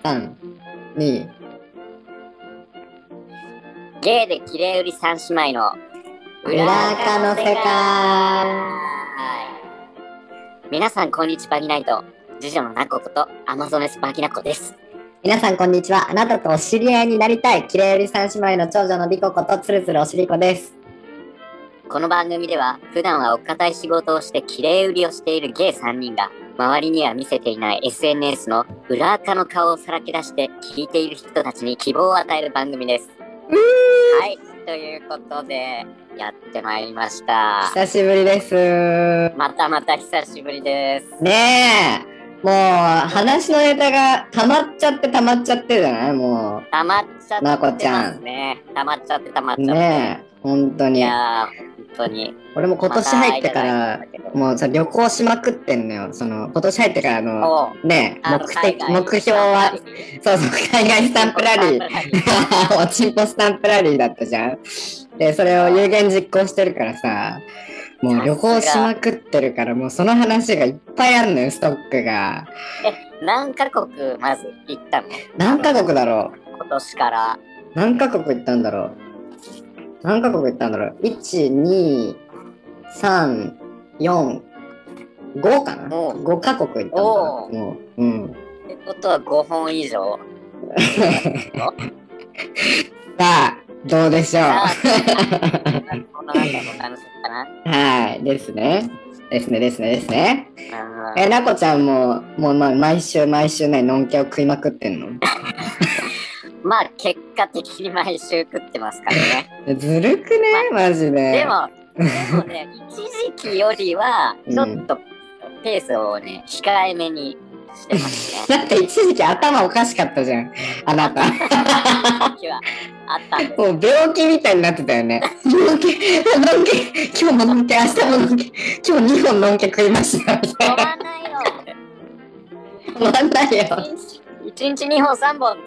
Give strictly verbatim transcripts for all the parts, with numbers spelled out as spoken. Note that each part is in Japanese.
さん、に。 ゲイで綺麗売り三姉妹の裏垢の世界。 皆さんこんにちは、バギナイト次女のナコことアマゾネスバギナコです。 皆さんこんにちは。あなたとお知り合いになりたい綺麗売り三姉妹の長女のリコことつるつるおしりこです。 この番組では普段はお堅い仕事をして綺麗売りをしているゲイさんにんが周りには見せていない エスエヌエス の裏垢の顔をさらけ出して聞いている人たちに希望を与える番組です。はい、ということでやってまいりました。 久しぶりです。 またまた久しぶりです。 ねえ、もう話のネタが溜まっちゃって溜まっちゃってじゃない？もう溜まっちゃってますね。 なこちゃん溜まっちゃって溜まっちゃってねえ、本当に。 いやー本当に俺も今年入ってから、もうさ旅行しまくってんのよ。その今年入ってからのね目的目標はそうそう海外スタンプラリーおちんぽスタンプラリーだったじゃん。でそれを有言実行してるからさ、もう旅行しまくってるから、もうその話がいっぱいあるのよ、ストックが。 え、何カ国まず行ったの？ 何カ国だろう？ 今年から何カ国行ったんだろう？何カ国行ったんだろう？ いち、に、さん、よん、ごかな？ ご カ国行ったんだろう。もう、うん。 ってことはごほん以上さあ、どうでしょう。はい、ですね。ですね、ですね、ですね。え、なこちゃんも、もう、まあ、毎週毎週ね、のんけを食いまくってんの？ まあ、結果的に毎週食ってますからね。 ずるくね、ま、マジで。 でも、でもね、一時期よりは、ちょっとペースをね、うん、控えめにしてますね。 だって一時期頭おかしかったじゃん、あなた。 あったんです。 もう病気みたいになってたよね。のんけ、のんけ、今日ものんけ、明日ものんけ、今日にほんのんけ食いました。 止まんないよ。 止まんないよ。 一日にほんさんぼんっつって。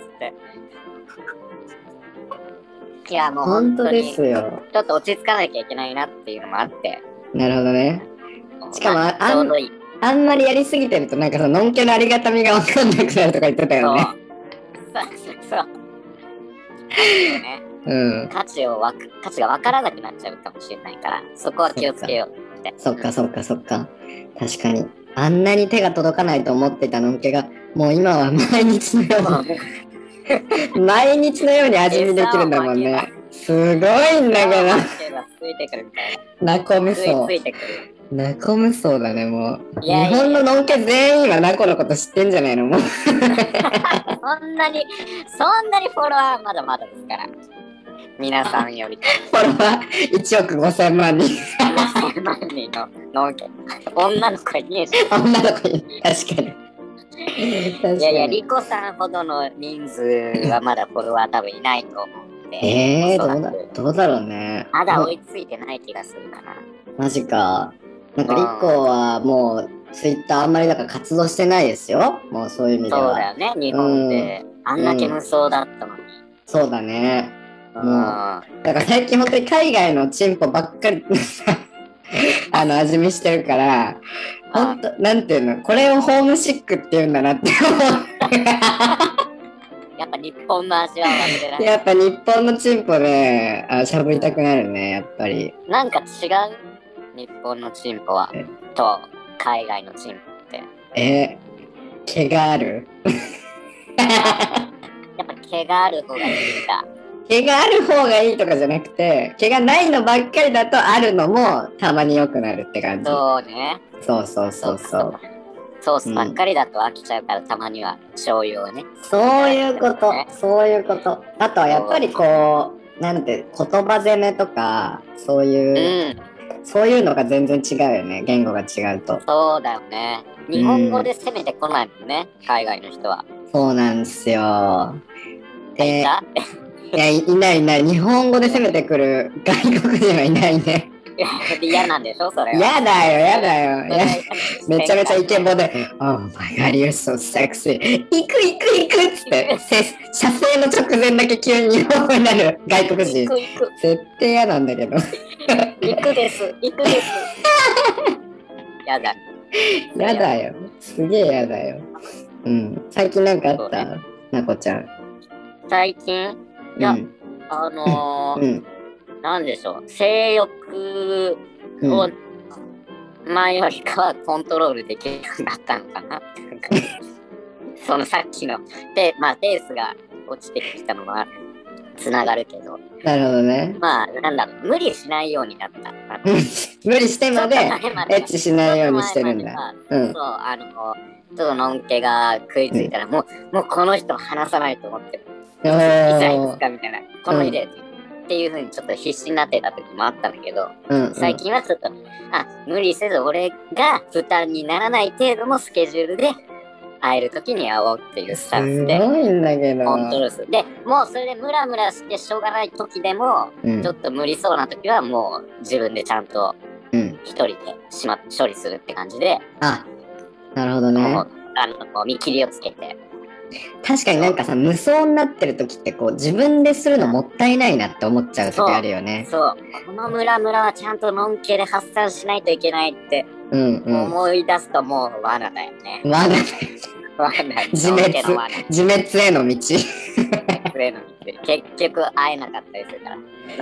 いやもう本当ですよ。 ちょっと落ち着かなきゃいけないなっていうのもあって。 なるほどね。しかもあ、あん、あんまりやりすぎてるとなんかそののんけのありがたみが分かんなくなるとか言ってたよね。 そうそうそう。ね、 うん。 価値をわ価値が分からなくなっちゃうかもしれないから、そこは気をつけようって。 そっかそっかそっか。確かに。あんなに手が届かないと思ってたのんけが、もう今は毎日のように毎日のように味見できるんだもんね。すごいんだけど。ナコ無双。ナコ無双だね、もう。日本ののんけ全員はナコのこと知ってんじゃないの？もうそんなに、そんなにフォロワーまだまだですから。皆さんより。 フォロワーいちおくごせんまんにん。 ごせんまんにんののんけ。女の子いねえし。 女の子いねえ。確かに。 いやいや、リコさんほどの人数はまだフォロワー多分いないと思うんで。 えー、どうだ、どうだろうね。 まだ追いついてない気がするかな。 マジか。なんかリコはもうツイッターあんまりだから活動してないですよ。もうそういう意味では。 そうだよね、日本で。あんだけ無双だったのに。 そうだね。もう、だから最近本当に海外のチンポばっかりあの味見してるから、本当なんていうの、これをホームシックって言うんだなって思う。 やっぱ日本の味は忘れない。 やっぱ日本のチンポで、あ、しゃぶりたくなるね、やっぱり。 なんか違う、日本のチンポはと海外のチンポって。 え、毛がある？ やっぱ毛がある方がいいんだ。 毛がある方がいいとかじゃなくて、毛がないのばっかりだとあるのもたまに良くなるって感じ。 そうね。 そうそうそうそう。 ソースばっかりだと飽きちゃうから、うん、たまには醤油をね。 そういうこと、ね、そういうこと。あとはやっぱりこう、なんて言葉攻めとか、そういう、うん、そういうのが全然違うよね、言語が違うと。 そうだよね。日本語で攻めてこないもんね、うん、海外の人は。 そうなんですよ。で、いや、いないいない。日本語で攻めてくる外国人はいないね。 嫌なんでしょそれは。 嫌だよ、嫌だよ。めちゃめちゃイケボで、Oh my god, you're so sexy. 行く行く行くっつって、射精の直前だけ急に日本語になる外国人。絶対嫌なんだけど。 行くです、行くです。嫌だ。 嫌だよ。すげえ嫌だよ。うん。最近なんかあった？ なこちゃん。 最近いや、 うん、 あのー、 うん、 なんでしょう、性欲を、うん前よりかはコントロールできるようになったのかなそのさっきので、まあ、ペースが落ちてきたのはつながるけど、 なるほどね。 まあなんだろう、無理しないようになった。 無理してまでエッチしないようにしてるんだ。 うん、そう、あのちょっとのんけが食いついたら、うん、もうもうこの人離さないと思ってる。いついですかみたいな、この日で、うんっていう風にちょっと必死になってた時もあったんだけど、うんうん、最近はちょっとあ無理せず俺が負担にならない程度のスケジュールで会える時に会おうっていうスタンスで、 すごいんだけど、 コントロールする。でもうそれでムラムラしてしょうがない時でも、うん、ちょっと無理そうな時はもう自分でちゃんと一人でしま処理するって感じで、 あ、なるほどね。 もうあの見切りをつけて。 確かになんかさ、無双になってる時ってこう自分でするのもったいないなって思っちゃう時あるよね。 そう、そうこのムラムラはちゃんとのんけで発散しないといけないって思い出すともう罠だよね。 罠だよ。自滅自滅への道結局会えなかったりするから。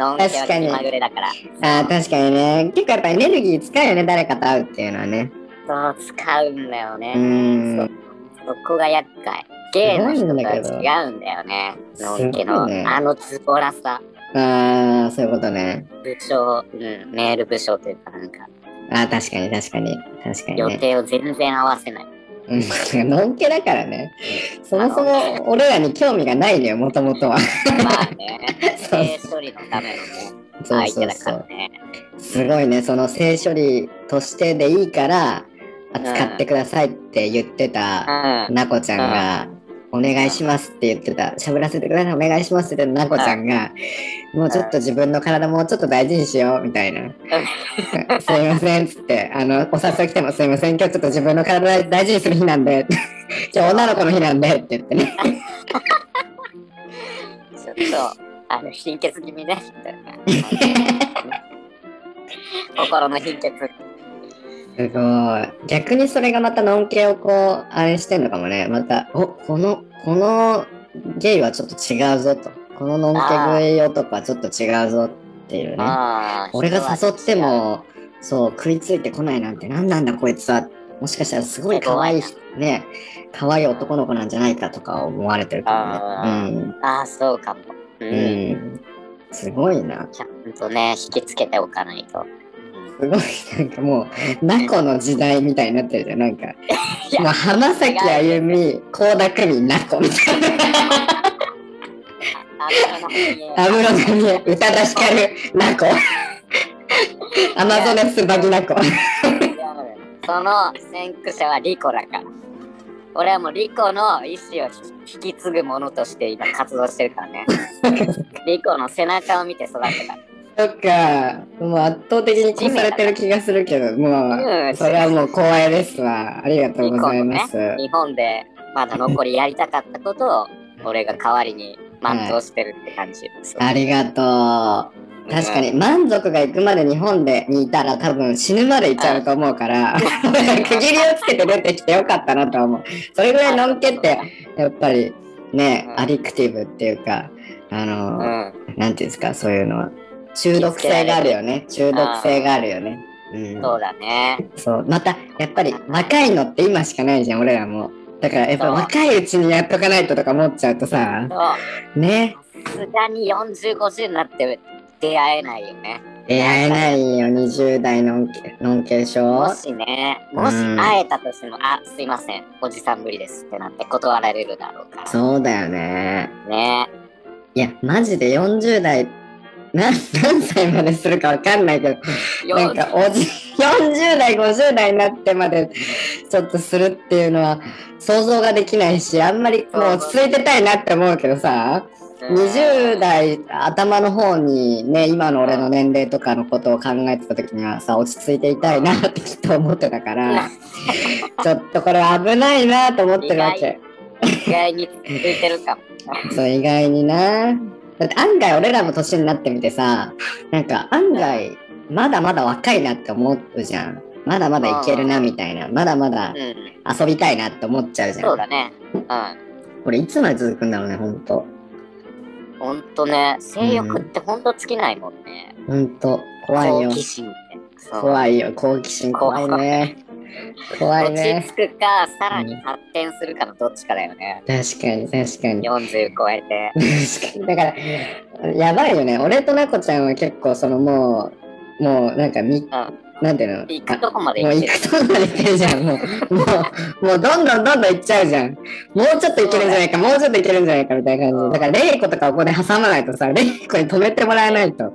のんけは気まぐれだから。 ああ、確かにね。結構やっぱエネルギー使うよね、誰かと会うっていうのはね。 そう使うんだよね。うんそ, そこが厄介。ゲイの人とは違うんだよね。のんけの、ね、あのズボラさ。 ああ、そういうことね。 部署、うん、メール部署というかなんか。 ああ、確かに確かに。確かに、ね。 予定を全然合わせない。 うん、のんけだからね。そもそも俺らに興味がないのよ、もともとは。 まあね。性処理のためのね。相手だからね。 すごいね、その性処理としてでいいから、使ってくださいって言ってた、なこちゃんが、お願いしますって言ってた、しゃぶらせてくださいお願いしますって言ってたなこちゃんが、もうちょっと自分の体もうちょっと大事にしようみたいな。すいませんっつって、あの、お誘い来てもすいません、今日ちょっと自分の体大事にする日なんで、今日女の子の日なんでって言ってね。 ちょっと、あの、貧血気味ね、みたいな。心の貧血。 すごい。逆にそれがまたのんけをこう、あれしてんのかもね。また、お、この、このゲイはちょっと違うぞと。こののんけ食い男はちょっと違うぞっていうね。俺が誘っても、そう、食いついてこないなんて何なんだこいつは。もしかしたらすごい可愛い、ね、可愛い男の子なんじゃないかとか思われてるかもね。うん。 ああ、そうかも。 うん。うん、すごいな。 ちゃんとね、引きつけておかないと。 すごいなんかもうナコの時代みたいになってるじゃん。なんかもう浜崎あゆみ、倖田來未、ナコみたいな。安室奈美恵、宇多田ヒカル、ナコ。アマゾネスバギナコ。 その先駆者はリコだから。俺はもうリコの意思を引き継ぐものとして今活動してるからね。リコの背中を見て育ってた。 そっか、もう圧倒的に越されてる気がするけど、もう、それはもう光栄ですわ。ありがとうございます。 ね、日本でまだ残りやりたかったことを、俺が代わりに全うしてるって感じ、 はい。ありがとう。確かに、満足が行くまで日本でにいたら多分死ぬまでいっちゃうと思うから、区切りをつけて出てきてよかったなと思う。それぐらいのんけって、やっぱりね、アディクティブっていうか、あの、うん、なんていうんですか、そういうのは。中毒性があるよね。中毒性があるよね。 うん、そうだね。 そう。また、やっぱり若いのって今しかないじゃん、俺らも。だからやっぱ若いうちにやっとかないととか思っちゃうとさ。 そうね。 さすがによんじゅう、ごじゅうになって出会えないよね。 出会えないよ、にじゅう代のんけ、のんけでしょ。 もしね、もし会えたとしても、うん、あ、すいません、おじさん無理ですってなって断られるだろうから。 そうだよね。 ね。 いや、マジでよんじゅう代、な何歳までするかわかんないけどなんかおじよんじゅう代ごじゅう代になってまでちょっとするっていうのは想像ができないし、あんまりもう落ち着いてたいなって思うけどさ、にじゅう代頭の方にね、今の俺の年齢とかのことを考えてた時にはさ、落ち着いていたいなってきっと思ってたからちょっとこれ危ないなと思ってるわけ。 意外に続いてるかも。 そう、意外にな。だって案外俺らの年になってみてさ、なんか案外まだまだ若いなって思うじゃん。まだまだいけるなみたいな、まだまだ遊びたいなって思っちゃうじゃん。 そうだね。うん。 これいつまで続くんだろうね、ほんと。 ほんとね、性欲ってほんと尽きないもんね。 ほんと、怖いよ。 好奇心って。 怖いよ、好奇心怖いね。怖いね。 落ち着くか、さらに発展するかのどっちかだよね。 うん、確かに、確かに。 よんじゅう超えて。 確かに。だから、やばいよね。俺となこちゃんは結構、そのもう、もうなんかみ、うん、なんていうの、 行くとこまで行ってる。もう行くとこまで行ってるじゃん。もう、もう、もうどんどんどんどん行っちゃうじゃん。もうちょっと行けるんじゃないか、もうちょっと行けるんじゃないかみたいな感じ。だから、レイコとかをここで挟まないとさ、レイコに止めてもらえないと。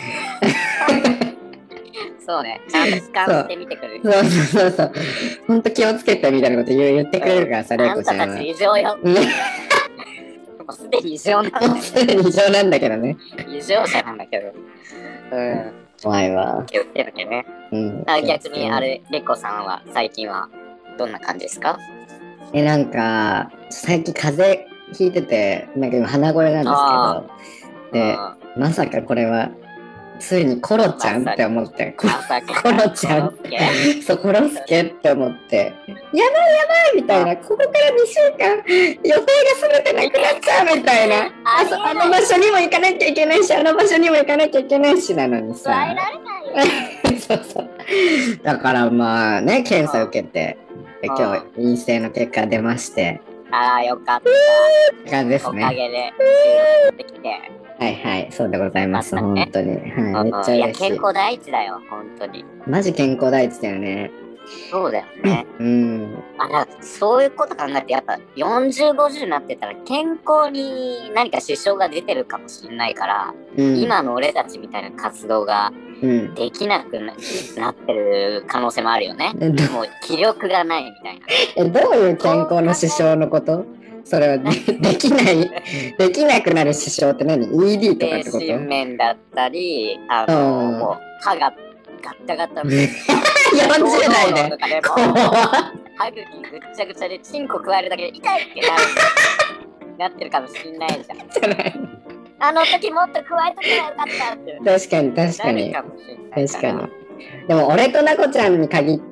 そうね、ちゃんと俯瞰してみてくれる。 そうそうそうそう。ほんと気をつけてみたいなこと言言ってくれるからさ、レイコちゃんは。 あんたたち異常よ。もうすでに異常なんだ、ね。 すでに異常なんだけどね。 異常者なんだけど。うん。 怖いわ。 気をつけなきゃね。うん。あ、逆にあれ、レコさんは最近はどんな感じですか？ え、なんか、最近風邪ひいてて、なんか今鼻声なんですけど、で、まさかこれは、ついにコロちゃんって思って、コロちゃんそう、コロスケって思って、やばいやばいみたいな、ここからにしゅうかん予定が全てなくなっちゃうみたいな、あ, あの場所にも行かなきゃいけないし、あの場所にも行かなきゃいけないしなのにさ。そうそう。だからまあね、検査受けて、今日陰性の結果出まして。 ああ、よかった。 感じですね。 おかげで収録できて。 はいはい、そうでございます、ね、本当に。はい、めっちゃ嬉しい。いや、 健康第一だよ、本当に。 マジ健康第一だよね。 そうだよね。 うん。 あら、そういうこと考えて、やっぱよんじゅう、ごじゅうになってたら健康に何か支障が出てるかもしれないから、うん、今の俺たちみたいな活動ができなく な,、うん、なってる可能性もあるよね。もう気力がないみたいな。 え、どういう健康の支障のこと？それは で, できない、できなくなる支障って何？ イーディー とかってこと？ 精神面だったり、あの、うん、もう歯がガッタガタの。よんじゅう代で。 歯茎ぐっちゃぐちゃでチンコ加えるだけで痛いってなる。なってるかもしんないじゃん。じゃない。あの時もっと加えとけばよかったって。 確かに確かに。か確かに。でも俺となこちゃんに限って、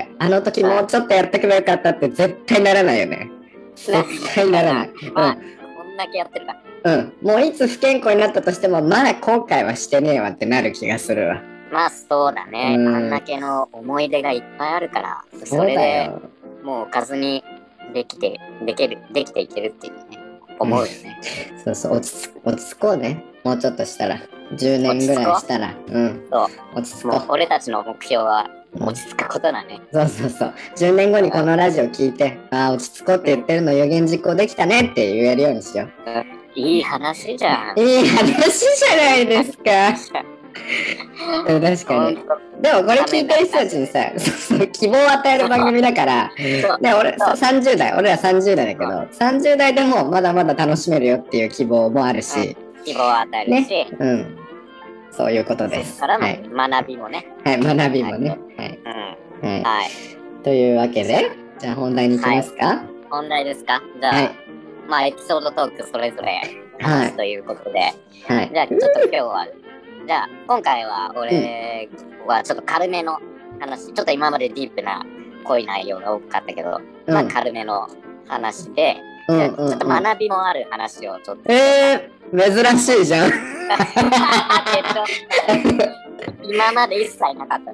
あの時もうちょっとやってくればよかったって絶対ならないよね。絶対ならない。 まあ、こんだけやってるから。 うん。もういつ不健康になったとしても、まだ後悔はしてねえわってなる気がするわ。 まあそうだね。あんだけの思い出がいっぱいあるから、それでもうおかずにできて、できる、できていけるっていうね、思うよね。 うん、そうそう、落ち着、落ち着こうね。もうちょっとしたら。じゅうねんぐらいしたら。うん。 そう。落ち着こう。俺たちの目標は、落ち着くことだね、 うん。そうそうそう。じゅうねんごにこのラジオ聞いて、ああ、落ち着こうって言ってるの予言実行できたねって言えるようにしよう。 うん、いい話じゃん。 いい話じゃないですか。確かに。でもこれ聞いてる人たちにさ、希望を与える番組だから、で俺さんじゅう代、俺らさんじゅう代だけど、さんじゅう代でもまだまだ楽しめるよっていう希望もあるし、 希望を与えるし、 ね、うん。そういうことです。 からの学びもね。 はい、学びもね。はい。 はい。はい。 というわけで、じゃあ本題に行きますか？ はい、本題ですか？じゃあ、はい、まあエピソードトークそれぞれ話すということで、はい。じゃあちょっと今日は、じゃあ今回は俺はちょっと軽めの話、ちょっと今までディープな濃い内容が多かったけど、うん、まあ軽めの話で、うんうんうん、ちょっと学びもある話をちょっと。 えー、珍しいじゃん。 今まで一切なかった。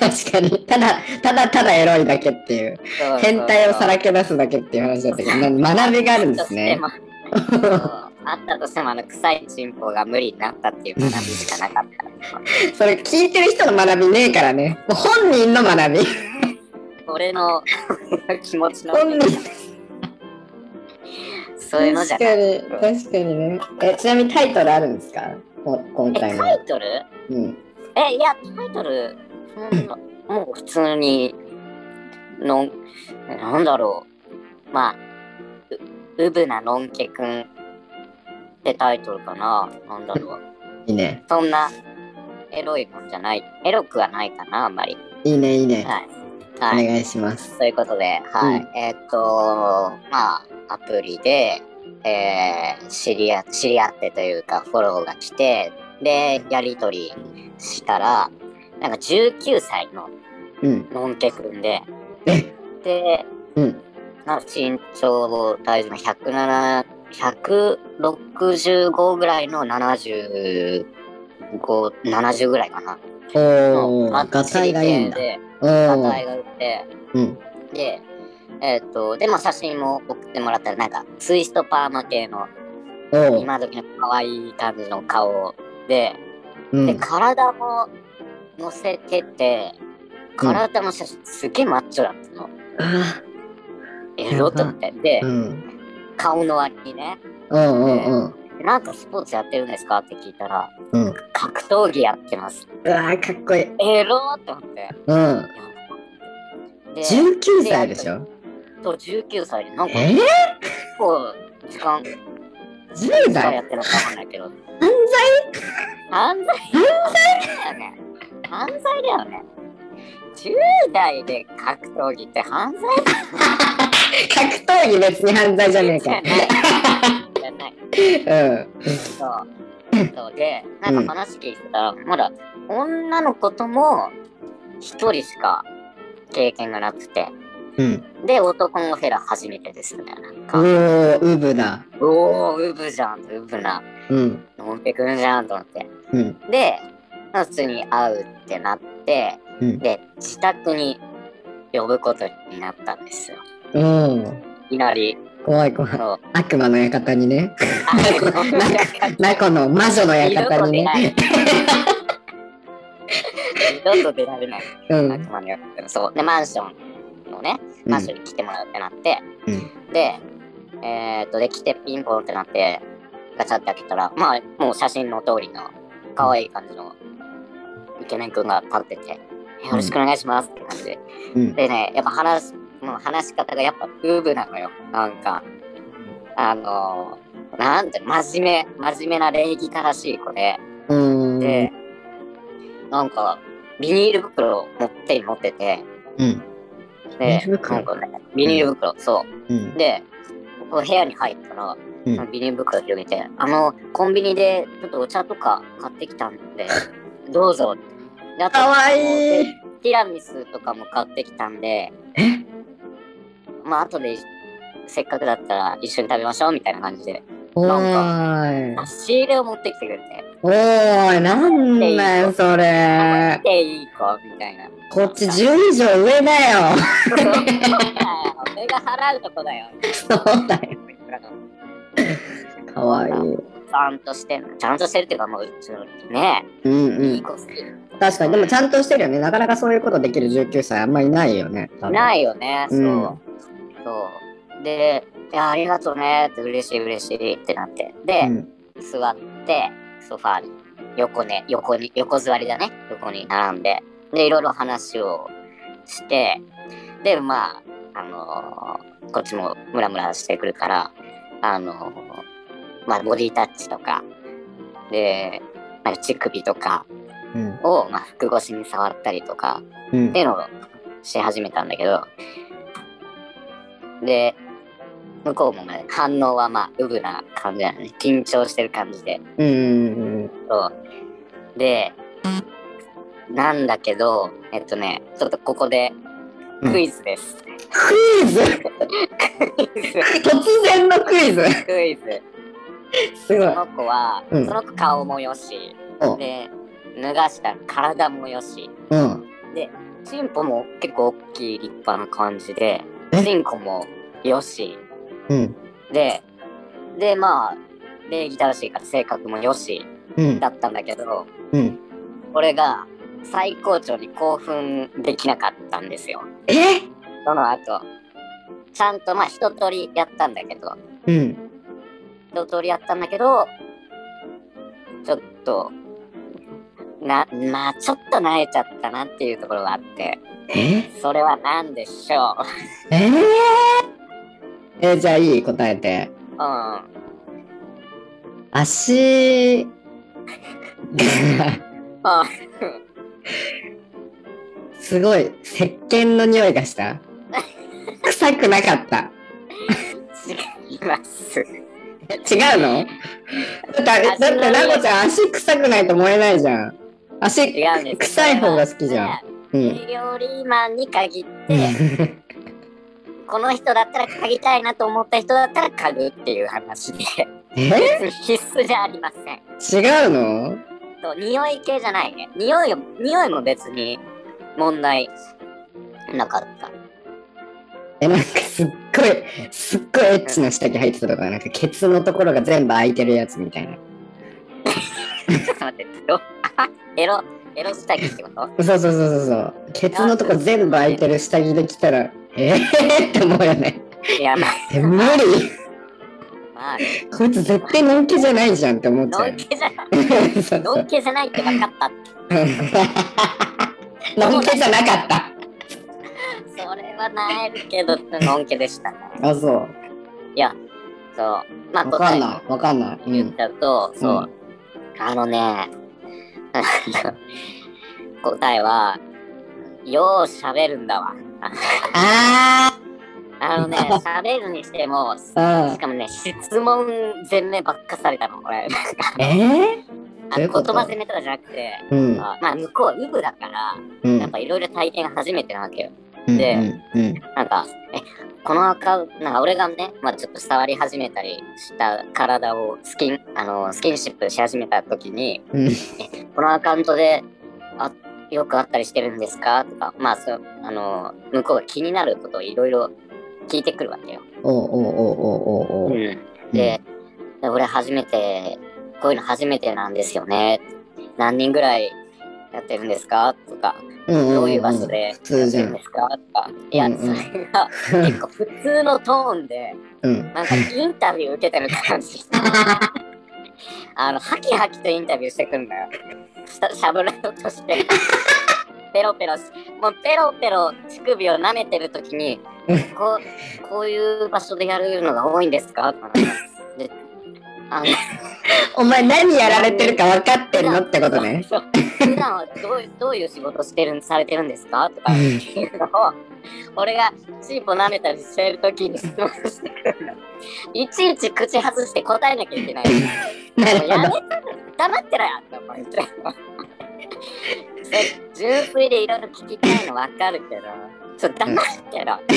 確かに。ただ、ただただエロいだけっていう。そうそうそう、変態をさらけ出すだけっていう話だったけど、学びがあるんですね。 あったとしても、あの、臭いチンポが無理になったっていう学びしかなかった。 それ聞いてる人の学びねえからね。もう本人の学び。 俺の気持ちの。本人。そういうのじゃない。 確かに、確かにね。え、ちなみにタイトルあるんですか？今回の。 タイトル？ うん。 え、いや、タイトル、うん、もう普通に、のん、なんだろう。まあ、う、うぶなのんけくんってタイトルかな。なんだろう。 いいね。 そんな、エロいもんじゃない。エロくはないかな、あんまり。 いいね、いいね。 はい。 はい、お願いします。 ということで、はい。うん、えー、っと、まあ、アプリで、えー、知り合、知り合ってというか、フォローが来て、で、やりとりしたら、なんかじゅうきゅうさいののんけくんで、 うん、 で、 うん、 なんか身長、体重のひゃくなな、ひゃくろくじゅうごぐらいのななじゅうご、ななじゅうぐらいかな。 おー、ガタイがいいんだ。 ガタイが良くて、 うん、 で、えっ、ー、と、で、まあ写真も送ってもらったら、なんか、ツイストパーマ系の、今時の可愛い感じの顔で、うん、で、体も乗せてて、体の写真すげえマッチョだったの。エロと思って。で、うん、顔の割にね。うんうんうん。なんかスポーツやってるんですかって聞いたら、うん、格闘技やってます。 うわー、かっこいい。 エローって思って。 うん。でじゅうきゅうさいでしょ？ そう、じゅうきゅうさいで。なんか、 えー、 結構、時間、 じゅうだいやってるのかわかんないけど。 犯罪犯罪犯罪だよね。犯罪だよね。じゅう代で格闘技って犯罪格闘技別に犯罪じゃねえか。 じゃない。うん。そう。そうで、なんか話聞いてたら、うん、まだ女の子とも一人しか経験がなくて、うん、で、男のフェラ初めてですみたいな。 おー、ウブだ。 おー、ウブじゃん、ウブな。うん。のんぺくんじゃんと思って。うん、で、普通に会うってなって、うん、で、自宅に呼ぶことになったんですよ。うん。いきなり。 怖い怖い。悪魔の館にね。中の魔女の館にね。 二度と出られない。うん、悪魔の館。そう。で、マンションのね、マンションに来てもらうってなって、うん、で、えー、っと、で、来てピンポンってなって、ガチャって開けたら、まあ、もう写真の通りの可愛い感じのイケメンくんが立ってて、よろしくお願いしますって感じで。うん、でね、やっぱ話、もう話し方がやっぱウブなのよ。なんか、あのー、なんて、真面目、真面目な礼儀正しい子で、で、なんか、ビニール袋を持って持ってて、うん、で、なんかね、ビニール袋、うん、そう。うん、で、こう部屋に入ったら、うん、ビニール袋広げて、あの、コンビニでちょっとお茶とか買ってきたんで、どうぞ。 かわいい。 ティラミスとかも買ってきたんで、まあ後でせっかくだったら一緒に食べましょうみたいな感じで、なんか差し入れを持ってきてくれて、 おーい、なんだよそれ。 来ていい子みたいな。 こっちじゅう以上上だよ。 俺が払うとこだよ。 そうだよ。かわいい。 ちゃんとしてる。ちゃんとしてるっていうかもうね、うんうん、いい子好き。 確かに、でもちゃんとしてるよね。なかなかそういうことできるじゅうきゅうさいあんまりいないよね。 ないよね、そう。うん、そう。で、いや、ありがとうねって嬉しい嬉しいってなって。で、うん、座って、ソファーに、横ね、横に、横座りだね。横に並んで。で、いろいろ話をして、で、まあ、あのー、こっちもムラムラしてくるから、あのー、まあ、ボディタッチとか、で、なんか乳首とかを、うん、まあ、服越しに触ったりとか、うん、っていうのをし始めたんだけど、で、向こうもね、反応はまあ、ウブな感じだよね。緊張してる感じで。うんうんうん、そうで、なんだけど、えっとね、ちょっとここでクイズです。 うん、クイズ突然のクイズクイズ。すごい。その子は、うん、その子顔もよし、うん、で、脱がした体もよし、うん、で、チンポも結構大きい立派な感じで、チンコもよし、うん、で、で、まあ、礼儀正しいから性格もよし、うん、だったんだけど、うん、俺が最高潮に興奮できなかったんですよ。 え？ その後、ちゃんとまあ一通りやったんだけど、うん、一通りやったんだけど、ちょっと、な、まあちょっと慣れちゃったなっていうところがあって、 え？ それは何でしょう？ えー、えー、じゃあいい？答えて。 うん。 足すごい石鹸の匂いがした臭くなかった違います違うの？だってだってなこちゃん足臭くないと思えないじゃん。足臭い方が好きじゃん。 うん、料理マンに限ってこの人だったら嗅ぎたいなと思った人だったら嗅ぐっていう話でえ必須じゃありません。 違うの？ そう、匂い系じゃないね。匂い匂いも別に問題なかった。 え、なんかすっごいすっごいエッチな下着履いてたとか、なんかケツのところが全部開いてるやつみたいな。 ちょっと待って、エロエロ下着ってこと？ そうそうそうそうそう。ケツのとこ全部開いてる下着で来たら、えーって思うよね。 いや、まあ、 え、無理。 まあ、 こいつ絶対のんけじゃないじゃんって思っちゃう。 のんけじゃない。 そうのんけじゃないって分かったって。 のんけじゃなかった。 それはなえるけど、のんけでしたね。 あ、そう。 いや、そう。まあ、 わかんない。わかんない。 言っちゃうと、うん、そう。うん、あのね、答えは、よう喋るんだわ。 ああのね、喋るにしても、しかもね、質問全面ばっかされたの、これ。 えー、言葉攻めとかじゃなくて、うん、まあ、向こうはウブだから、うん、やっぱいろいろ体験が初めてなわけよ。で、うんうんうん、なんか、え、このアカウント、なんか俺がね、まあちょっと触り始めたりした体をスキン、あの、スキンシップし始めた時に、うん、え、このアカウントで、あ、よくあったりしてるんですかとか、まあそう、あの、向こうが気になることをいろいろ聞いてくるわけよ。 おうおうおうおうおうおう。うん、 で、うん、俺初めて、こういうの初めてなんですよね。何人ぐらいやってるんですかとか、うんうんうん、どういう場所でやってるんですかとか、いや、うんうん、それが結構普通のトーンで、うん、なんかインタビュー受けてる感じあの、ハキハキとインタビューしてくんだよ。しゃぶらようとして。ペロペロ、もうペロペロ乳首を舐めてるときに、こう、こういう場所でやるのが多いんですかで、あのお前何やられてるか分かってるのってことね。 そうそう普段はどうどういう仕事してるされてるんですかとかっていうのを俺がチンポ舐めたりしてるときに質問してくるの。いちいち口外して答えなきゃいけない。 なるほど。 やめて黙ってろよって思って純粋でいろいろ聞きたいの分かるけど、ちょっと黙ってろ。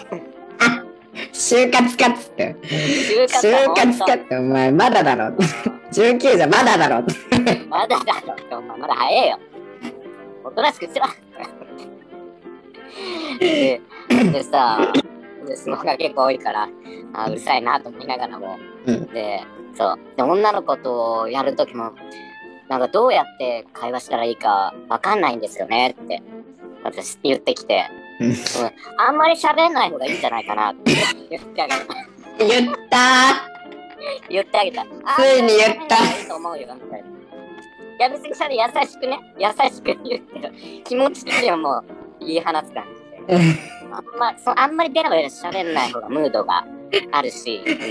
就活かっつって。 就就活かってお前まだだろ。じゅうきゅうじゃまだだろ。 まだだろってお前まだ早えよ。おとなしくしろ。で, でさ、質問が結構多いからあうるさいなと思いながらも、うん、でそうで女の子とやるときもなんかどうやって会話したらいいかわかんないんですよねって私言ってきて、うん、あんまり喋んない方がいいんじゃないかなって言ってあげた。 言った言ってあげた。 ついに言った。 いいと思うよみたいな。いや別にそれ優しくね優しく言ってる気持ち的にはもう言い放つ感じであんまそあんまりベラベラ喋んない方がムードがあるし、うん、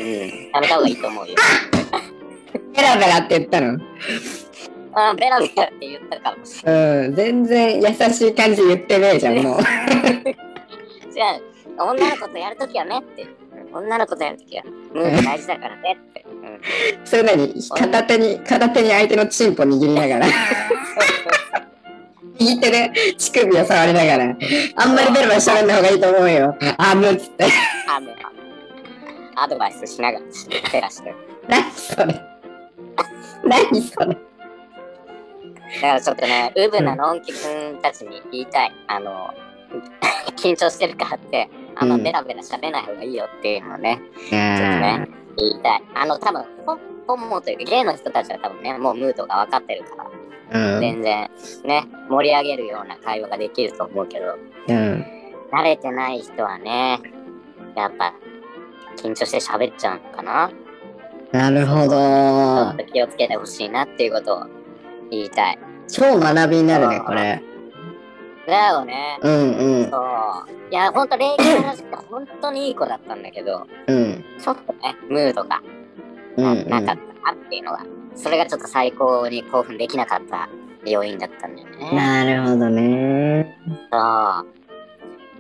やめた方がいいと思うよ。 ベラベラって言ったの？ あベラベラって言ったかもしれない。 うん、全然優しい感じ言ってねえじゃんもう。 違う、女の子とやるときはねって。女の子とやるときはムード大事だからねって。 うん、それなに片手に片手に相手のチンポ握りながら右手で乳首を触りながらあんまりベラベラ喋んない方がいいと思うよ。あむっつって。 あむ。アドバイスしながら照らしてる。 何それ。何それ。だからちょっとね、ウブなのんきくんたちに言いたい。あの、緊張してるからって、あんまベラベラ喋んない方がいいよっていうのをね、うん、ちょっとね、言いたい。あの、多分ホモというか、ゲイの人たちは多分ね、もうムードが分かってるから、うん、全然ね、盛り上げるような会話ができると思うけど、うん、慣れてない人はね、やっぱ、緊張して喋っちゃうのかな。 なるほど。ちょっと気をつけてほしいなっていうことを言いたい。 超学びになるね、これ。 だよね。 うんうん。 そう。いや、ほんと、礼儀正しくて本当にいい子だったんだけど、うん、ちょっとね、ムードが な,、うんうん、なかったなっていうのが、それがちょっと最高に興奮できなかった要因だったんだよね。 なるほどね。 そう。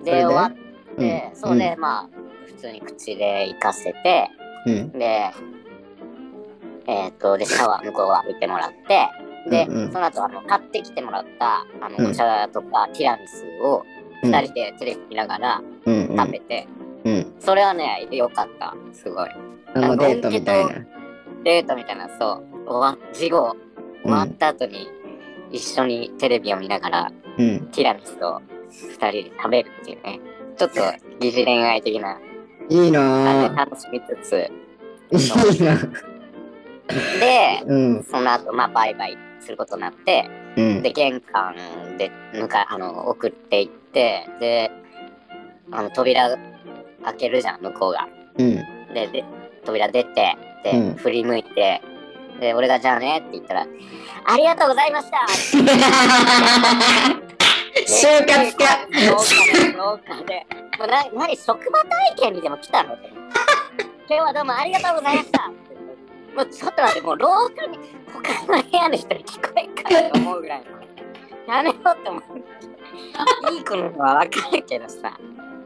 で、終わって、うん、そうで、うん、まあ、普通に口で行かせて、うん、で、えっと、で、シャワー向こうは浴びてもらって、で、うんうん、その後あの買ってきてもらったあのお茶とかティラミスをふたりでテレビ見ながら食べて、 うん。 それはね、よかった。すごい。 あのデートみたいな。 デートみたいな、そう。終わ事後、終わった後に、一緒にテレビを見ながら、うん、ティラミスを二人で食べるっていうね。ちょっと疑似恋愛的な。 いいなぁ。楽しみつつ。 いいなで、うん、その後、まあ、バイバイすることになって、うん、で、玄関で迎え、あの、送っていって、で、あの、扉開けるじゃん、向こうが。うん、で、で、扉出て、で、うん、振り向いて、で、俺がじゃあねって言ったら、ありがとうございました就活か廊下で、廊下で。もうな、なに、職場体験にでも来たのって。今日はどうもありがとうございました。もうちょっと待って、もう廊下に他の部屋の人に聞こえんからと思うぐらいの。やめようって思う。いい子のはわかるけどさ。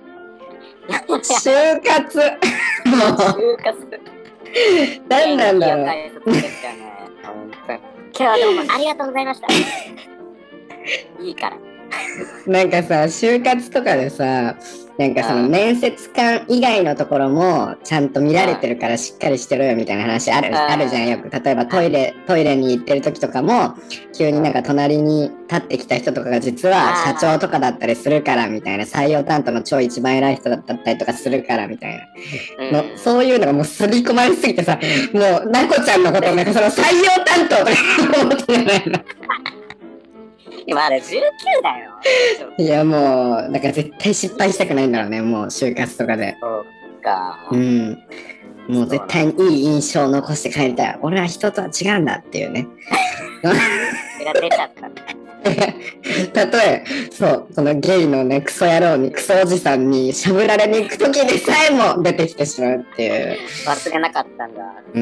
就活もう就活。 何なんだろう。 今日はどうもありがとうございました。いいから。 なんかさ、就活とかでさ、なんかその面接官以外のところもちゃんと見られてるからしっかりしてろよみたいな話ある、あるじゃんよく。例えばトイレ、トイレに行ってる時とかも急になんか隣に立ってきた人とかが実は社長とかだったりするからみたいな、採用担当の超一番偉い人だったりとかするからみたいなの、そういうのがもう刷り込まれすぎてさ、もうなこちゃんのことをなんかその採用担当とか思ってないの。 今あれじゅうきゅうだよ。 いやもう、だから絶対失敗したくないんだろうね、もう就活とかで。 そうか。 うん。もう絶対にいい印象を残して帰りたい。俺は人とは違うんだっていうね。 それが出ちゃったんだ。 たとえ、そう、そのゲイのね、クソ野郎に、クソおじさんにしゃぶられに行くときでさえも出てきてしまうっていう。 忘れなかったんだ。 うん。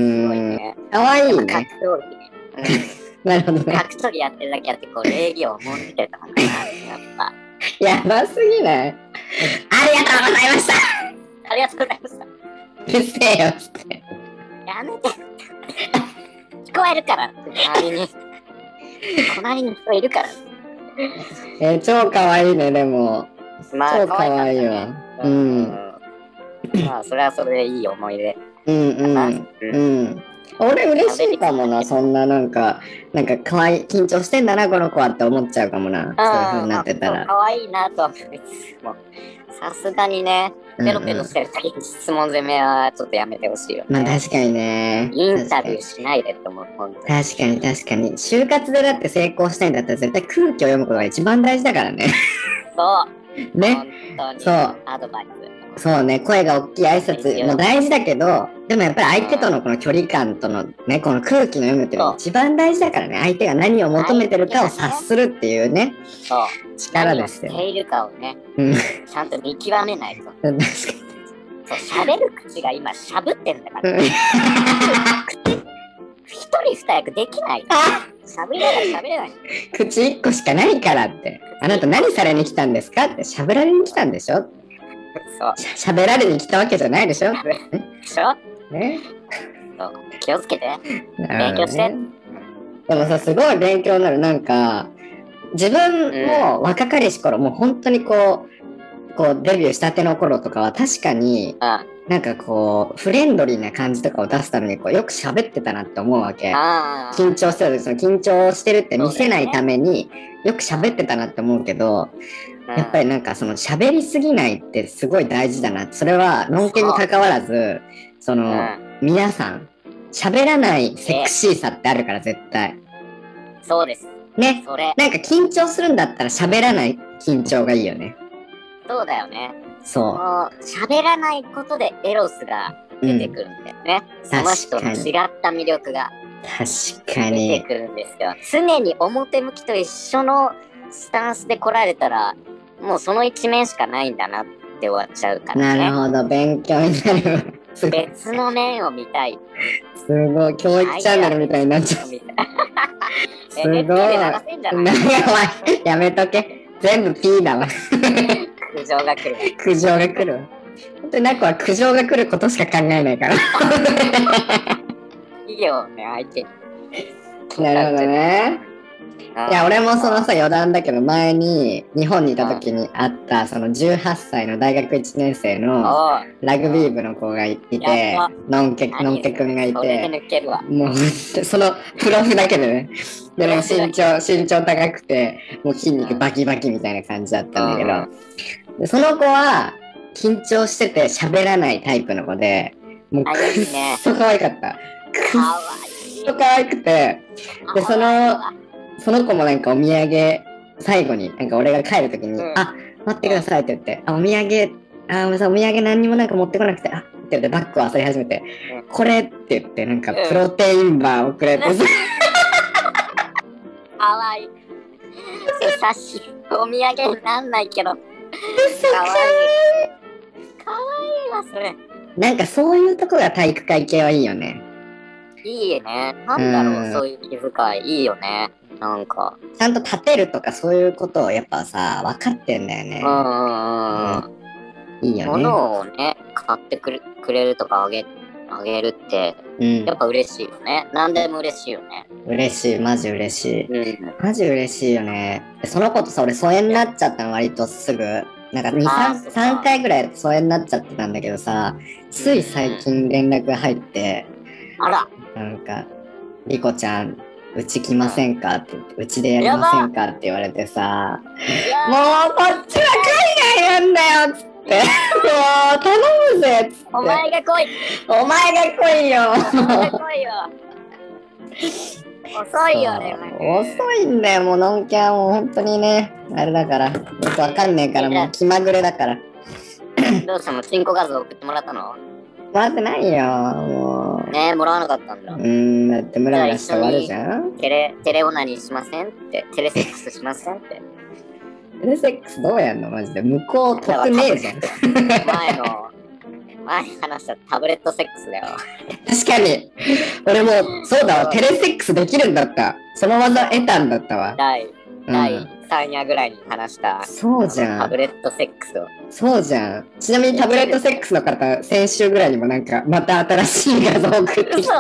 かわいいね。なるほどね。 格闘技やってるだけあって、こう、礼儀を持ってたのかな、やっぱ。 やばすぎない？ありがとうございました。 ありがとうございました。 うるせえよっつって。 やめて。聞こえるから、隣に。隣に人いるから。 えー、超かわいいね、でも。まあ、超かわいいわ。うん。 まあ、それはそれでいい思い出。 うんうん。うん。俺嬉しいかもな、そんななんか、なんか可愛い、緊張してんだな、この子はって思っちゃうかもな、そういう風になってたら。 可愛いなとは思いつつも、さすがにね、ペロペロしてる時に質問攻めはちょっとやめてほしいよね。 まあ確かにね。 インタビューしないでって思う、本当に。 確かに確かに。就活でだって成功したいんだったら絶対空気を読むことが一番大事だからね。 そう。 ね。 本当に。 そう。 アドバイス。 そうね、声が大きい挨拶も大事だけど、でもやっぱり相手とのこの距離感とのね、この空気の読むっていうのが一番大事だからね、相手が何を求めてるかを察するっていうね、 そう力ですよ。 何をしているかをね、ちゃんと見極めないと。 確かに。 そう、喋る口が今しゃぶってんだから。一人二役できない。喋れない喋れない。 口一個しかないからって。あなた何されに来たんですかって喋られに来たんでしょ。 そう喋られに来たわけじゃないでしょ。 でしょね。 そう気をつけて。勉強して。 でもさ、すごい勉強になる。なんか、自分も若かりし頃、うん、もう本当にこう、こうデビューしたての頃とかは確かに、ああなんかこう、フレンドリーな感じとかを出すためにこうよく喋ってたなって思うわけ。あ緊張してる、その緊張してるって見せないためによく喋ってたなって思うけど、やっぱりなんかその喋りすぎないってすごい大事だな。それはのんけに関わらず、その、うん、皆さん喋らないセクシーさってあるから絶対。 そうです。 ね。それ。なんか緊張するんだったら喋らない緊張がいいよね。 そうだよね。 そう。 喋らないことでエロスが出てくるんだよね。うん、その人の違った魅力が確かに出てくるんですよ。常に表向きと一緒のスタンスで来られたら、もうその一面しかないんだなって終わっちゃうからね。 なるほど、勉強になる。 別の面を見たい。 すごい、教育チャンネルみたいになっちゃう。すごい。やめとけ。全部 P だわ。 苦情が来る。 苦情が来る。本当になくは苦情が来ることしか考えないから。 いいよね、相手に。 なるほどね。 いや、俺もそのさ、余談だけど、前に日本にいた時に会った、そのじゅうはっさいの大学いちねん生のラグビー部の子がいて、のんけ、のんけくんがいて、もう、そのプロフだけでね、でも身長、身長高くて、もう筋肉バキバキみたいな感じだったんだけど、でその子は緊張してて喋らないタイプの子で、もうくっそ可愛かった。くっそ可愛くて、で、その、その子もなんかお土産、最後に、なんか俺が帰るときに、うん、あ、待ってくださいって言って、あ、お土産、あ、お土産何にもなんか持ってこなくて、あ、って言ってバッグを漁り始めて、うん、これって言って、なんかプロテインバーをくれて、うん、かわいい。差し、お土産になんないけど。かわいい。かわいいわ、それ。 なんかそういうとこが体育会系はいいよね。 いいね。なんだろう、うん、そういう気遣い。いいよね。なんか。 ちゃんと立てるとかそういうことをやっぱさ、分かってんだよね。 うんうんうん。いいよね。物をね、買ってくれ、くれるとかあげ、あげるって、うん、やっぱ嬉しいよね。なんでも嬉しいよね。 嬉しい、マジ嬉しい。うん、マジ嬉しいよね。その子とさ、俺疎遠になっちゃったの割とすぐ。なんかに、さん、さんかいぐらい疎遠になっちゃってたんだけどさ、つい最近連絡が入って、 うん、あら。 なんか、リコちゃん、うち来ませんかって言って、うちでやりませんかって言われてさ、もうこっちは海外なんだよっつって、もう頼むぜっつって。 お前が来い。 お前が来いよ。 お前が来いよ。遅いよね。 遅いんだよ、もうのんきゃんもう本当にね、あれだから、よくわかんねえから、もう気まぐれだから。 どうしたの？チンコ画像送ってもらったの？ もらってないよ、もう。ねえ、もらわなかったんだ。 うーん、だってムラムラして終わるじゃん。 テレ、テレオナニーしませんって、テレセックスしませんって。 テレセックスどうやんのマジで。向こう得ねえじゃん。 前の、前話したタブレットセックスだよ。 確かに。俺も、そうだわ、テレセックスできるんだった。その技得たんだったわ。 第、第さん夜ぐらいに話した。 そうじゃん。 タブレットセックスを。 そうじゃん。ちなみにタブレットセックスの方、先週ぐらいにもなんか、また新しい画像を送ってきて。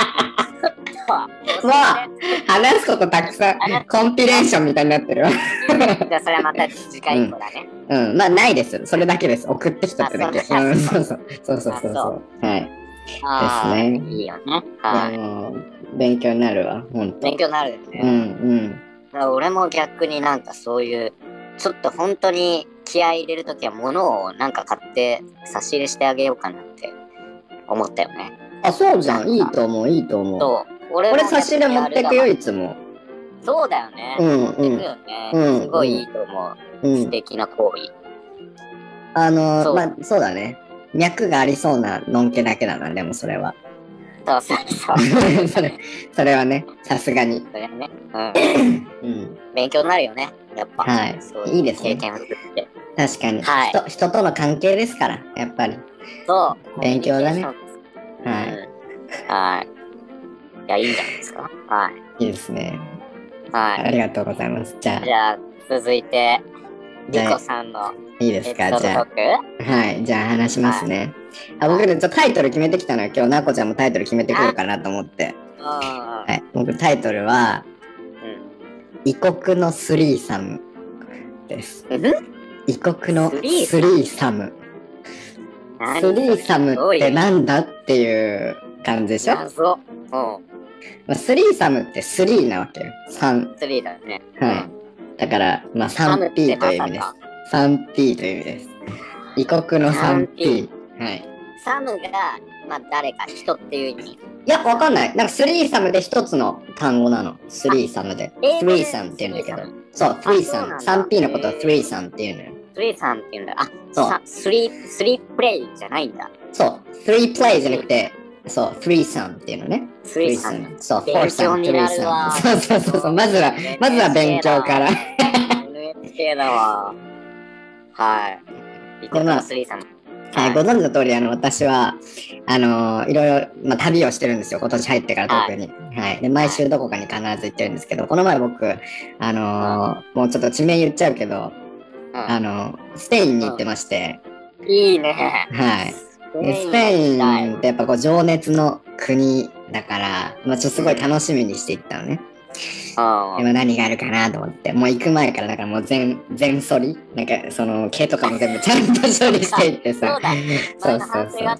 もう、話すことたくさん、コンピレーションみたいになってるわ。 じゃあそれはまた次回以降だね。 うん、うん、まあないです。それだけです。送ってきたってだけ。うん、そうそう。そうそうそうそう。はい。ですね。 いいよね。はい。 もう勉強になるわ、ほんと。 勉強になるよね。 うんうん。俺も逆になんかそういう、ちょっと本当に気合い入れるときは物をなんか買って差し入れしてあげようかなって思ったよね。 あ、そうじゃん。いいと思う、いいと思う。そう。俺, 俺差し入れ持ってくよ、いつも。 そうだよね。 うん、うん。 持ってくよね。うん、すごいいいと思う。うん、素敵な行為。 あのー、まあ、そうだね。脈がありそうなのんけだけだな、でもそれは。 そうそうそう。 それ、それはね、さすがに。 それはね。うん。うん、勉強になるよね、やっぱ。 はい。そういいですね。経験を作って。確かに、はい、人。人との関係ですから、やっぱり。 そう。 勉強だね。はい。 はい。いや、いいんじゃないですか。はい。 いいですね。 はい。 ありがとうございます。じゃあ。 じゃあ、続いて、リコさんの。 いいですか、じゃあ。はい、じゃあ話しますね。はい、あ僕ね、ちょタイトル決めてきたのよ。今日、なこちゃんもタイトル決めてくるかなと思って。はい、僕タイトルは、うん、異国のスリーサムです。異国のスリーサム。スリーサムってなんだっていう感じでしょ？ そう。 まあ、スリーサムってスリーなわけよ。さん。 スリーだよね。 はい。だから、まあ スリーピー という意味です。スリーピー という意味です。異国の スリーピー。はい。 サムが、まあ誰か人っていう意味。いや、わかんない。なんかスリーサムで一つの単語なの。スリーサムで。スリーサムって言うんだけど。そう、スリーサム。スリーピー のことをスリーサムって言うのよ。 スリーサムって言うんだ。あ、そう。スリー、スリープレイじゃないんだ。 そう、スリープレイじゃなくて、そう、スリーサムっていうのね。 スリーサム。 そう、フォーサム、スリーサム。そうそうそうそう、まずは、まずは勉強から。エヌエイチケー だわ。はい。異国のスリーサム。 はい、ご存知の通り、あの、私は、あのー、いろいろ、まあ、旅をしてるんですよ。今年入ってから特に。はい。はい、で、毎週どこかに必ず行ってるんですけど、この前僕、あのー、もうちょっと地名言っちゃうけど、うん、あのー、スペインに行ってまして。 うん、いいね。 はい。でスペインってやっぱこう情熱の国だから、まあ、ちょっとすごい楽しみにしていったのね。 今何があるかなと思って、もう行く前からだからもう全全処理、なんかその毛とかも全部ちゃんと処理していってさ、 そうだ、 そうそうそう、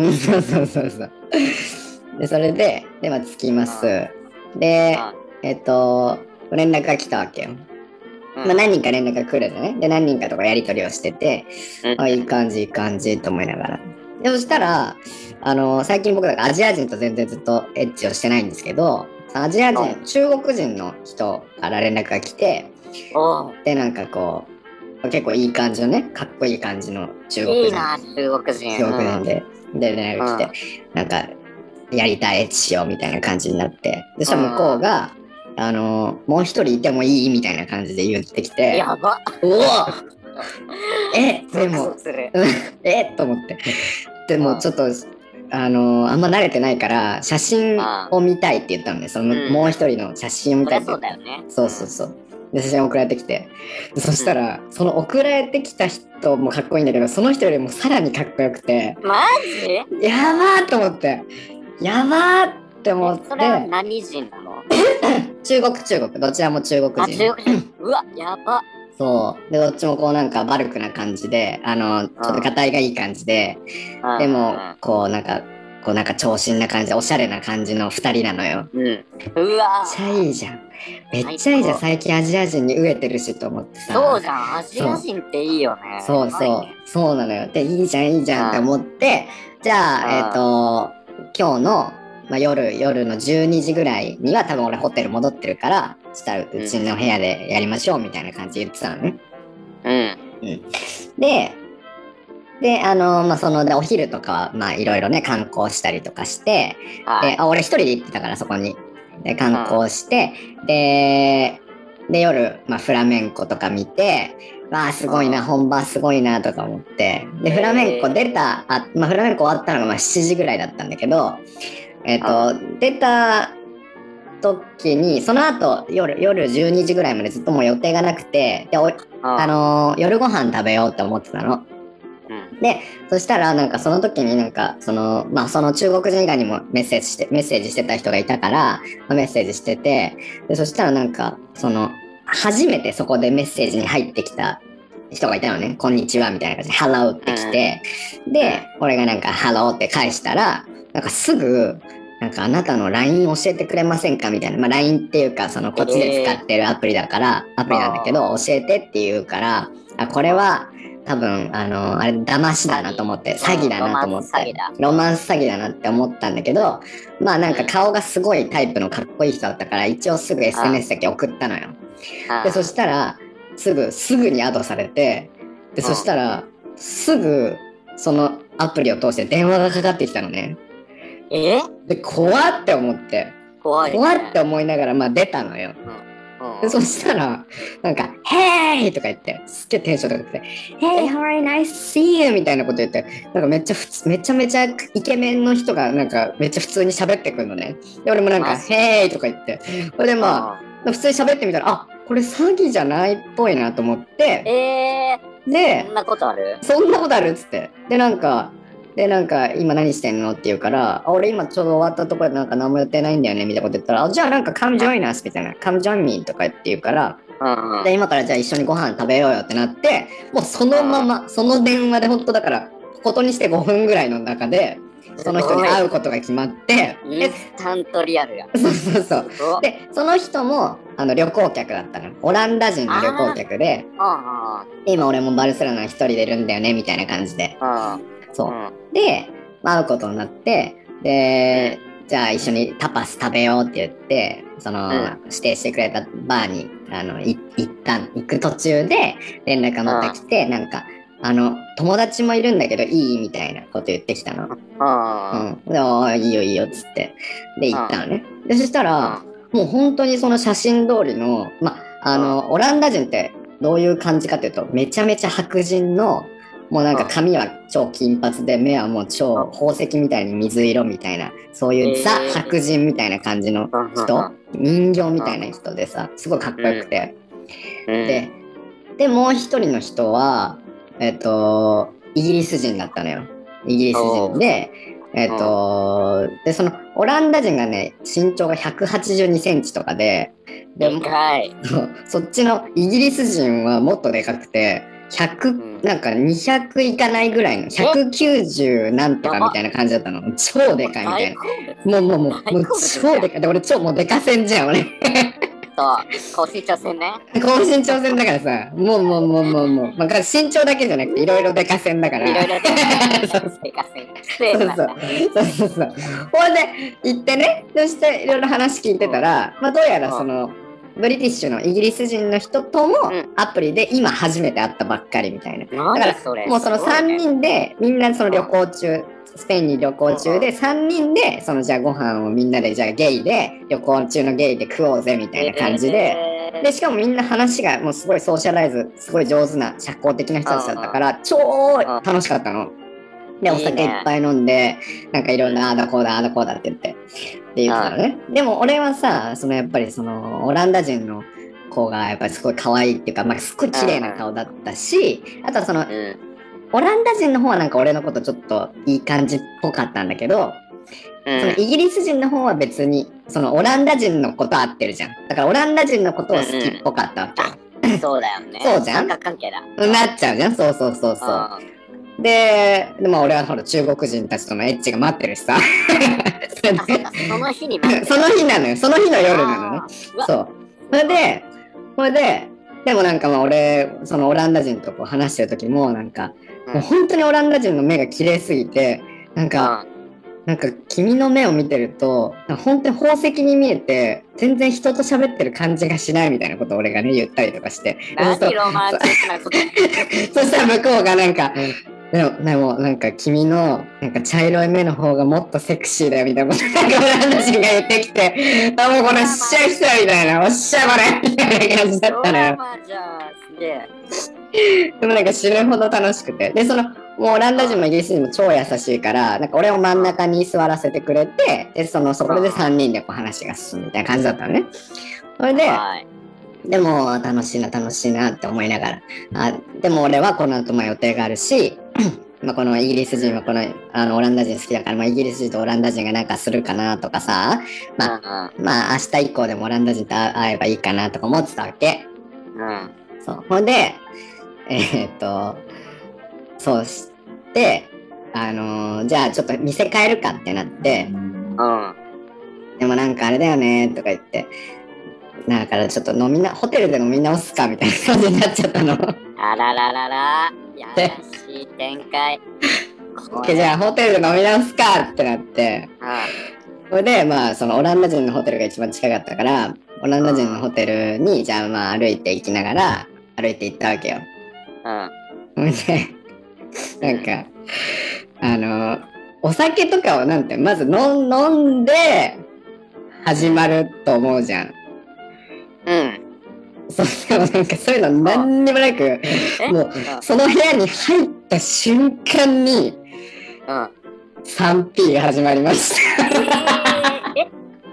そうそうそうそう。でそれででまあ着きます。でえっと連絡が来たわけよ。まあ何人か連絡が来るのね。で何人かとかやり取りをしてて、あいい感じいい感じと思いながら。でそしたらあの最近僕だからアジア人と全然ずっとエッチをしてないんですけど、アジア人、中国人の人から連絡が来て、でなんかこう結構いい感じのね、かっこいい感じの中国人。 いいな、中国人。 中国人で、で連絡が来て、なんかやりたいエッチしようみたいな感じになって、でそしたら向こうが、あのもう一人いてもいいみたいな感じで言ってきて、 やばおおえでもえと思って、でもちょっとあのー、あんま慣れてないから写真を見たいって言ったのね。その、うん、もう一人の写真を見たいって言った。 そうだよね。 そうそうそう。で写真送られてきて、そしたら、うん、その送られてきた人もかっこいいんだけど、その人よりもさらにかっこよくて、 マジやばーと思って、やばーって思って。 それは何人なの？ 中国中国どちらも中国人。 あ、中国人。うわ、やば。 そうでどっちもこうなんかバルクな感じで、あのちょっと硬いがいい感じで、でもこうなんかこうなんか長身な感じでおしゃれな感じのふたりなのよ。 うん、うわめっちゃいいじゃん。めっちゃいいじゃん。最近アジア人に飢えてるしと思ってさ。 そうじゃん、アジア人っていいよね。 そうそうそう、そうなのよ。でいいじゃんいいじゃんって思って、じゃあえっ、ー、と今日のまあ、夜夜のじゅうにじぐらいには多分俺ホテル戻ってるから、そしたらうちの部屋でやりましょうみたいな感じで言ってたのね。 うん。 うん、で、で、あのまあ、そのでお昼とかはまあいろいろね観光したりとかして、であ俺一人で行ってたからそこにで観光して、でで夜、まあ、フラメンコとか見て、わあすごいな本場すごいなとか思って、でフラメンコ出たあ、まあ、フラメンコ終わったのがまあしちじぐらいだったんだけど、えっと、出た時に、その後夜、夜じゅうにじぐらいまでずっともう予定がなくて、で、おあのー、夜ご飯食べようって思ってたの。で、そしたらなんかその時になんか、その、まあその中国人以外にもメッセージして、メッセージしてた人がいたから、まあ、メッセージしてて、で、そしたらなんか、その、初めてそこでメッセージに入ってきた人がいたのね。こんにちはみたいな感じで、ハローって来て、で、俺がなんかハローって返したら、なんかすぐ、なんかあなたの ライン 教えてくれませんかみたいな。まあ ライン っていうか、そのこっちで使ってるアプリだから、アプリなんだけど、教えてって言うから、あ、これは多分、あの、あれ、騙しだなと思って、詐欺だなと思って、ロマンス詐欺だなって思ったんだけど、まあなんか顔がすごいタイプのかっこいい人だったから、一応すぐ エスエヌエス だけ送ったのよ。で、そしたら、すぐ、すぐにアドされて、で、そしたら、すぐ、そのアプリを通して電話がかかってきたのね。 えで、怖って思って。 怖い、ね。 怖って思いながら、まあ出たのよ。うんうん、でそしたら、なんか、ヘイとか言って、すっげえテンション高くて、Hey, how are you? Nice to see you! みたいなこと言って、なんかめっちゃふつ、めちゃめちゃイケメンの人が、なんかめっちゃ普通に喋ってくるのね。で、俺もなんか、ヘイとか言って、それでまあ、普通に喋ってみたら、あ、これ詐欺じゃないっぽいなと思って、 えー、 で、 そんなことあるそんなことあるっつって。で、なんか、で、なんか、今何してんのって言うから、あ、俺今ちょうど終わったところでなんか何もやってないんだよね、みたいなこと言ったら、あ、じゃあなんか come join us みたいな、come join me とかって言うから、うんうん、で、今からじゃあ一緒にご飯食べようよってなって、もうそのまま、その電話で本当だから、ことにしてごふんぐらいの中で、その人に会うことが決まって、 インスタントリアルや。 そうそうそう。で、その人も、あの、旅行客だったの。オランダ人の旅行客で、今俺もバルセロナ一人でいるんだよね、みたいな感じで。そう。で、まあ、会うことになって、で、じゃあ一緒にタパス食べようって言って、その、うん、指定してくれたバーに、あの、い行った、行く途中で連絡がまた来て、うん、なんか、あの、友達もいるんだけどいいみたいなこと言ってきたの。うん。で、ああ、いいよいいよっつって。で、行ったのね。で、そしたら、もう本当にその写真通りの、ま、あの、オランダ人ってどういう感じかっていうと、めちゃめちゃ白人の、もうなんか髪は超金髪で、目はもう超宝石みたいに水色みたいな、そういうザ白人みたいな感じの人、人形みたいな人でさ、すごいかっこよくて。で、で、もう一人の人は、えっと、イギリス人だったのよ。イギリス人で、えっと、で、そのオランダ人がね、身長がひゃくはちじゅうにセンチとかで、 でもそっちのイギリス人はもっとでかくて、ひゃく、うん、なんかにひゃくいかないぐらいのひゃくきゅうじゅうなんとかみたいな感じだったの。超でかいみたいな。もうもうもうもう超でかい。で俺超もうでかせんじゃん俺。 そう高身長戦ね。 高身長戦だからさ、もうもうもうもうもう、まあ、身長だけじゃなくていろいろでかせんだから。 いろいろでかせん。そうそうそうそうそう。ほんで行ってね、そしていろいろ話聞いてたら、まあどうやらその。ブリティッシュのイギリス人の人ともアプリで今初めて会ったばっかりみたいな。だからもうそのさんにんでみんなその旅行中、スペインに旅行中でさんにんでそのじゃあご飯をみんなでじゃあゲイで旅行中のゲイで食おうぜみたいな感じで、でしかもみんな話がもうすごいソーシャライズすごい上手な社交的な人たちだったから超楽しかったの。で、お酒いっぱい飲んで、なんかいろんなあだこうだあだこうだって言って、って言ってたのね。でも俺はさ、そのやっぱりそのオランダ人の子がやっぱりすごい可愛いっていうか、まあすごい綺麗な顔だったし、あとはその、オランダ人の方はなんか俺のことちょっといい感じっぽかったんだけど、そのイギリス人の方は別に、そのオランダ人のこと合ってるじゃん。だからオランダ人のことは好きっぽかったわけ。そうだよね。 そうじゃん。 三角関係だ。 なっちゃうじゃん。そうそうそうそう。で、でも俺はほら中国人たちとのエッチが待ってるしさ。 その日に待ってる。 その日なのよ。その日の夜なのね。そう。それで、それで、でもなんかまあ俺、そのオランダ人とこう話してる時もなんか、うん、もう本当にオランダ人の目が綺麗すぎて、なんか、うんなんか君の目を見てると本当に宝石に見えて全然人と喋ってる感じがしないみたいなことを俺がね言ったりとかして何ロマンチックなことそしたら向こうがなんか、うん、でもでもなんか君のなんか茶色い目の方がもっとセクシーだよみたいなことなんかオランダ人が言ってきてあもうこのっしゃいしゃみたいなおっしゃこれみたいな感じだったのよ。でもなんか死ぬほど楽しくてでそのもうオランダ人もイギリス人も超優しいからなんか俺を真ん中に座らせてくれてでそのそこでさんにんでこう話が進むみたいな感じだったのね。それででも楽しいな楽しいなって思いながらあでも俺はこの後まあ予定があるしまあこのイギリス人はこのあのオランダ人好きだから、まあ、イギリス人とオランダ人がなんかするかなとかさまあ、まあ明日以降でもオランダ人と会えばいいかなとか思ってたわけ。うん、そうほんでえー、っとそうしてあのー、じゃあちょっと店変えるかってなって、うん、でもなんかあれだよねとか言ってだからちょっと飲みなホテルで飲み直すかみたいな感じになっちゃったの。 あららららやらしい展開じゃあホテルで飲み直すかってなって、うん、それでまあそのオランダ人のホテルが一番近かったからオランダ人のホテルにじゃあまあ歩いて行きながら歩いて行ったわけよ。うん。でなんかあのお酒とかをなんてまず飲んで始まると思うじゃん。うん。そうでもなんかそういうの何にもなくもうその部屋に入った瞬間に、うん、スリーピー が始まりました。 え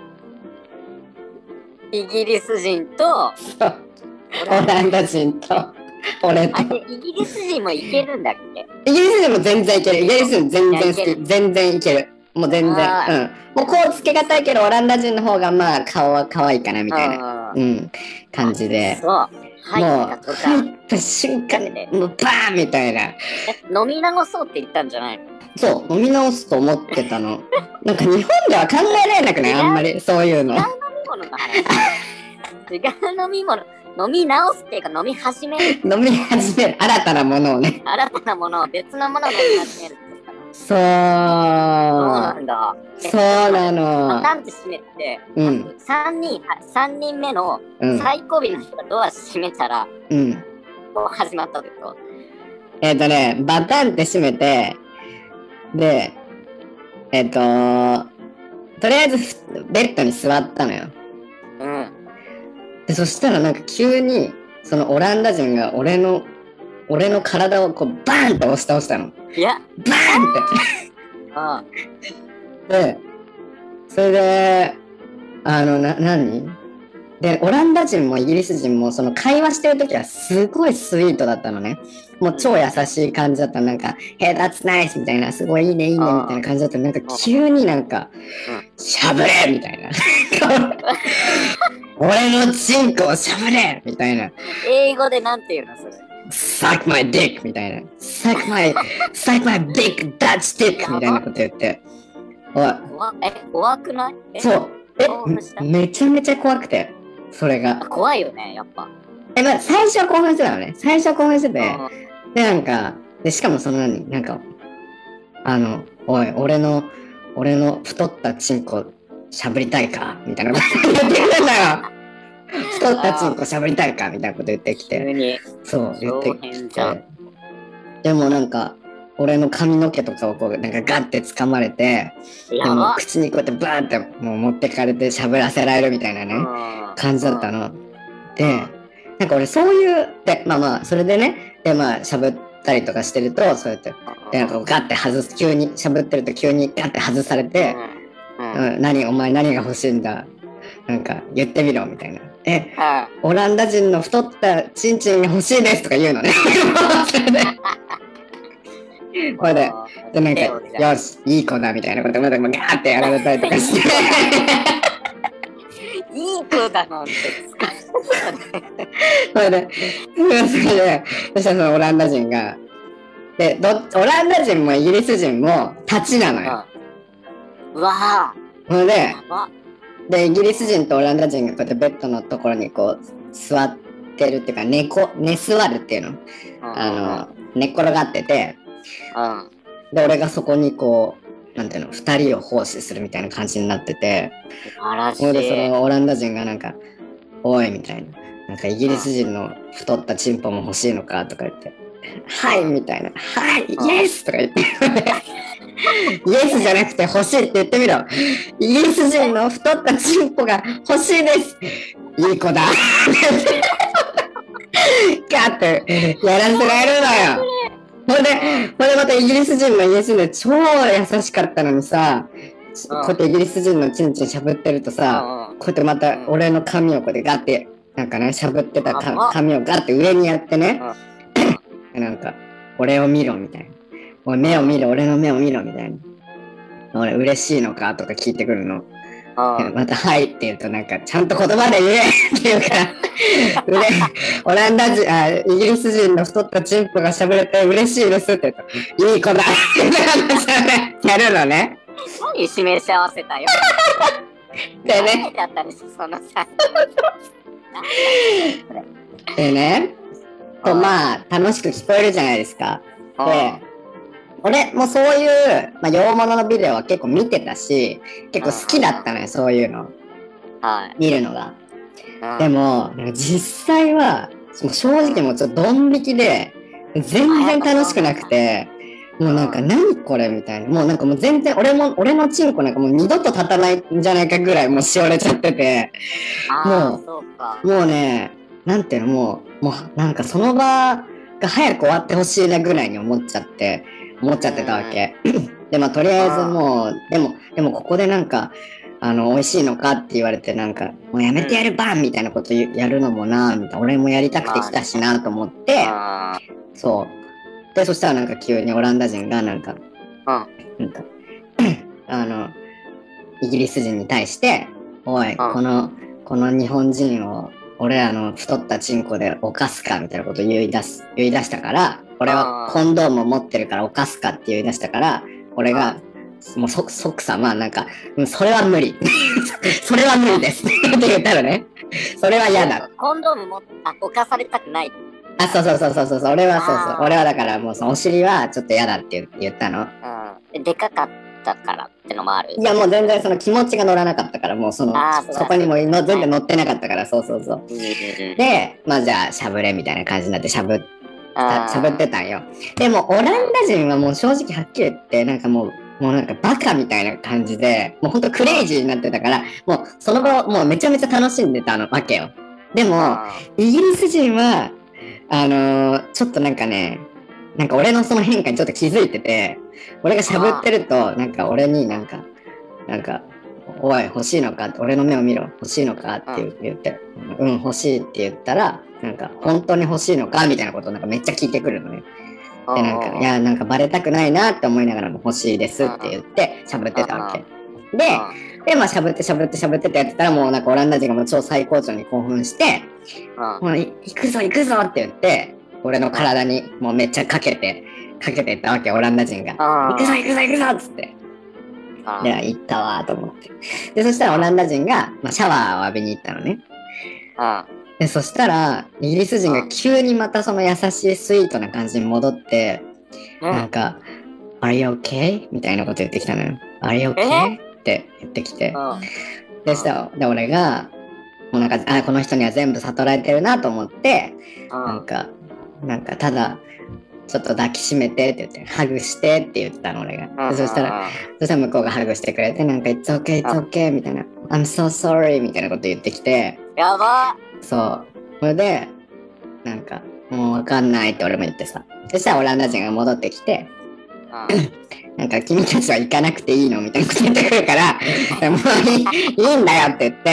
ー、イギリス人とオランダ人と俺と。 イギリス人もいけるんだっけ？ イギリス人も全然いける。イギリス人全然好き。全然いける。もう全然。うん。もうこうつけがたいけど、オランダ人の方がまあ顔は可愛いかなみたいな、うん、感じで。 そう。もう入った瞬間に、もうバーンみたいな。 飲み直そうって言ったんじゃないの？ そう、飲み直すと思ってたの。なんか日本では考えられなくない？あんまりそういうの。 違う飲み物の話。違う飲み物。飲み直すっていうか飲み始める。 飲み始める。新たなものをね。 新たなものを別のものを飲み始めるってことかな。 そう。そうなんだ。 そうなの。 パタンって閉めて、うん、さんにん、さんにんめの最後尾の人がドア閉めたら、うん、もう始まったってこと。 えっとね、バタンって閉めて、で、えっと、とりあえずベッドに座ったのよ。うん。でそしたらなんか急にそのオランダ人が俺の俺の体をこうバーンって押し倒したの。 いやバーンってああでそれであのな何で、オランダ人もイギリス人もその会話してるときはすごいスイートだったのね。もう超優しい感じだったの。なんか、Hey, that's nice みたいな、すごいいいね、いいね、みたいな感じだったの。なんか急になんか、しゃぶれみたいな。俺のチンコをしゃぶれみたいな。 英語でなんて言うのそれ。 Suck my dick みたいな。Suck my, suck my big Dutch dick みたいなこと言って。おい。 え、怖くない？ そう。え、めちゃめちゃ怖くて。それが。 怖いよね、やっぱ。 え、まあ、最初は興奮してたのね。最初は興奮してて。で、なんか、で、しかもその何、なんか、あの、おい、俺の、俺の太ったチンコしゃぶりたいかみたいなこと言ってくるんだよ。太ったチンコしゃぶりたいかみたいなこと言ってきて。そう、言ってきて。でもなんか、俺の髪の毛とかをこう、なんかガッて掴まれて、でも口にこうやってバーってもう持ってかれてしゃぶらせられるみたいなね、感じだったの。で、なんか俺そういう、で、まあまあ、それでね、でまあ、しゃぶったりとかしてると、そうやって、で、なんかガッて外す、急に、しゃぶってると急にガッて外されて、うん、何、お前何が欲しいんだ、なんか言ってみろ、みたいな。え、オランダ人の太ったチンチンが欲しいですとか言うのね。それで。これで、で、なんか、よし、いい子だみたいなことまでもガーってやられたりとかして。 いい子だなんて使それで、それで、そしたらそのオランダ人が、で、どオランダ人もイギリス人も立ちなのよ。 うわぁ。それで、で、イギリス人とオランダ人がこうやってベッドのところにこう、座ってるっていうか、寝こ、寝座るっていうの。あの、寝っ転がってて、うん、で俺がそこにこうなんていうの二人を奉仕するみたいな感じになってて、それでそのオランダ人がなんか「おい」みたいな、なんかイギリス人の太ったチンポも欲しいのかとか言って「はい」みたいな「はいイエス」とか言ってイエスじゃなくて欲しいって言ってみろ、イギリス人の太ったチンポが欲しいです、いい子だガーってやらせられるのよ。ほんで、ほんでまたイギリス人のイエスで超優しかったのにさ、こうやってイギリス人のチンチンしゃぶってるとさ、こうやってまた俺の髪をこうやってガッて、なんかね、しゃぶってた髪をガッて上にやってね、なんか、俺を見ろみたいな。おい、目を見ろ、俺の目を見ろみたいな。俺嬉しいのかとか聞いてくるの。また「はい」って言うとなんかちゃんと言葉で言えっていうからでオランダ人あイギリス人の太ったチンポがしゃべれて嬉しいですって言うと「いい子だ」ってやるのね。 何示し合わせたよ。 でねだったんですそのさでねとまあ楽しく聞こえるじゃないですか。で俺もそういう、まあ、洋物のビデオは結構見てたし、結構好きだったのよ、そういうの。はい。見るのが。でも、実際は、もう正直もうちょっとドン引きで、全然楽しくなくて、もうなんか何これみたいな。もうなんかもう全然俺も、俺のチンコなんかもう二度と立たないんじゃないかぐらいもうしおれちゃってて、もう、もうね、なんていうの、もう、もうなんかその場が早く終わってほしいなぐらいに思っちゃって、思っちゃってたわけ。で、まあとりあえずもう、でも、でもここでなんか、あの、美味しいのかって言われてなんか、もうやめてやるバンみたいなことやるのもな、みたいな、俺もやりたくて来たしなと思って、そう。で、そしたらなんか急にオランダ人がなんか、なんか、あの、イギリス人に対して、おい、この、この日本人を、俺らの太ったチンコで犯すかみたいなこと言い出す、言い出したから、俺はコンドームを持ってるから犯すかって言い出したから、俺が、もうそ、即さ、まあなんか、それは無理。それは無理ですって言ったらね。それは嫌だ。 コンドームも、あ、犯されたくない。 あ、そうそうそうそうそう、俺はそうそう。俺はだからもうそのお尻はちょっと嫌だって言ったの。 うん。でかかったからってのもある。 いやもう全然その気持ちが乗らなかったから、もうその、そこにもの全然乗ってなかったから、そうそうそう。で、まあじゃあしゃぶれみたいな感じになってしゃぶって、しゃぶってたんよ。でもオランダ人はもう正直はっきり言ってなんかもうもうなんかバカみたいな感じでもうほんとクレイジーになってたからもうその場をもうめちゃめちゃ楽しんでたのわけよ。でもイギリス人はあのー、ちょっとなんかねなんか俺のその変化にちょっと気づいてて俺がしゃぶってるとなんか俺になんかなんかおい欲しいのかって、俺の目を見ろ欲しいのかって言って、うん、うん、欲しいって言ったら、なんか本当に欲しいのかみたいなことをなんかめっちゃ聞いてくるのね。でなんかいやなんかバレたくないなって思いながらも欲しいですって言ってしゃぶってたわけで、でまあしゃぶってしゃぶってしゃぶってってやってたら、もうなんかオランダ人がもう超最高潮に興奮して、もう行くぞ行くぞって言って俺の体にもうめっちゃかけてかけてったわけ、オランダ人が。行くぞ行くぞ行くぞっつって。で行ったわーと思って、でそしたらオランダ人が、まあ、シャワーを浴びに行ったのね。でそしたらイギリス人が急にまたその優しいスイートな感じに戻って、なんか「Are you okay?」みたいなこと言ってきたのよ。「Are you okay?」って言ってきて、でしたらで俺がもうなんかあこの人には全部悟られてるなと思って、なんかなんかただちょっと抱きしめてって言ってハグしてって言ったの俺が。でそしたらそしたら向こうがハグしてくれて、なんか「It's okay, it's okay」みたいな「I'm so sorry」みたいなこと言ってきて、 やばそう。それで、なんか、もうわかんないって俺も言ってさ。そしたらオランダ人が戻ってきて、なんか君たちは行かなくていいのみたいなこと言ってくるから、もういい、いいんだよって言って、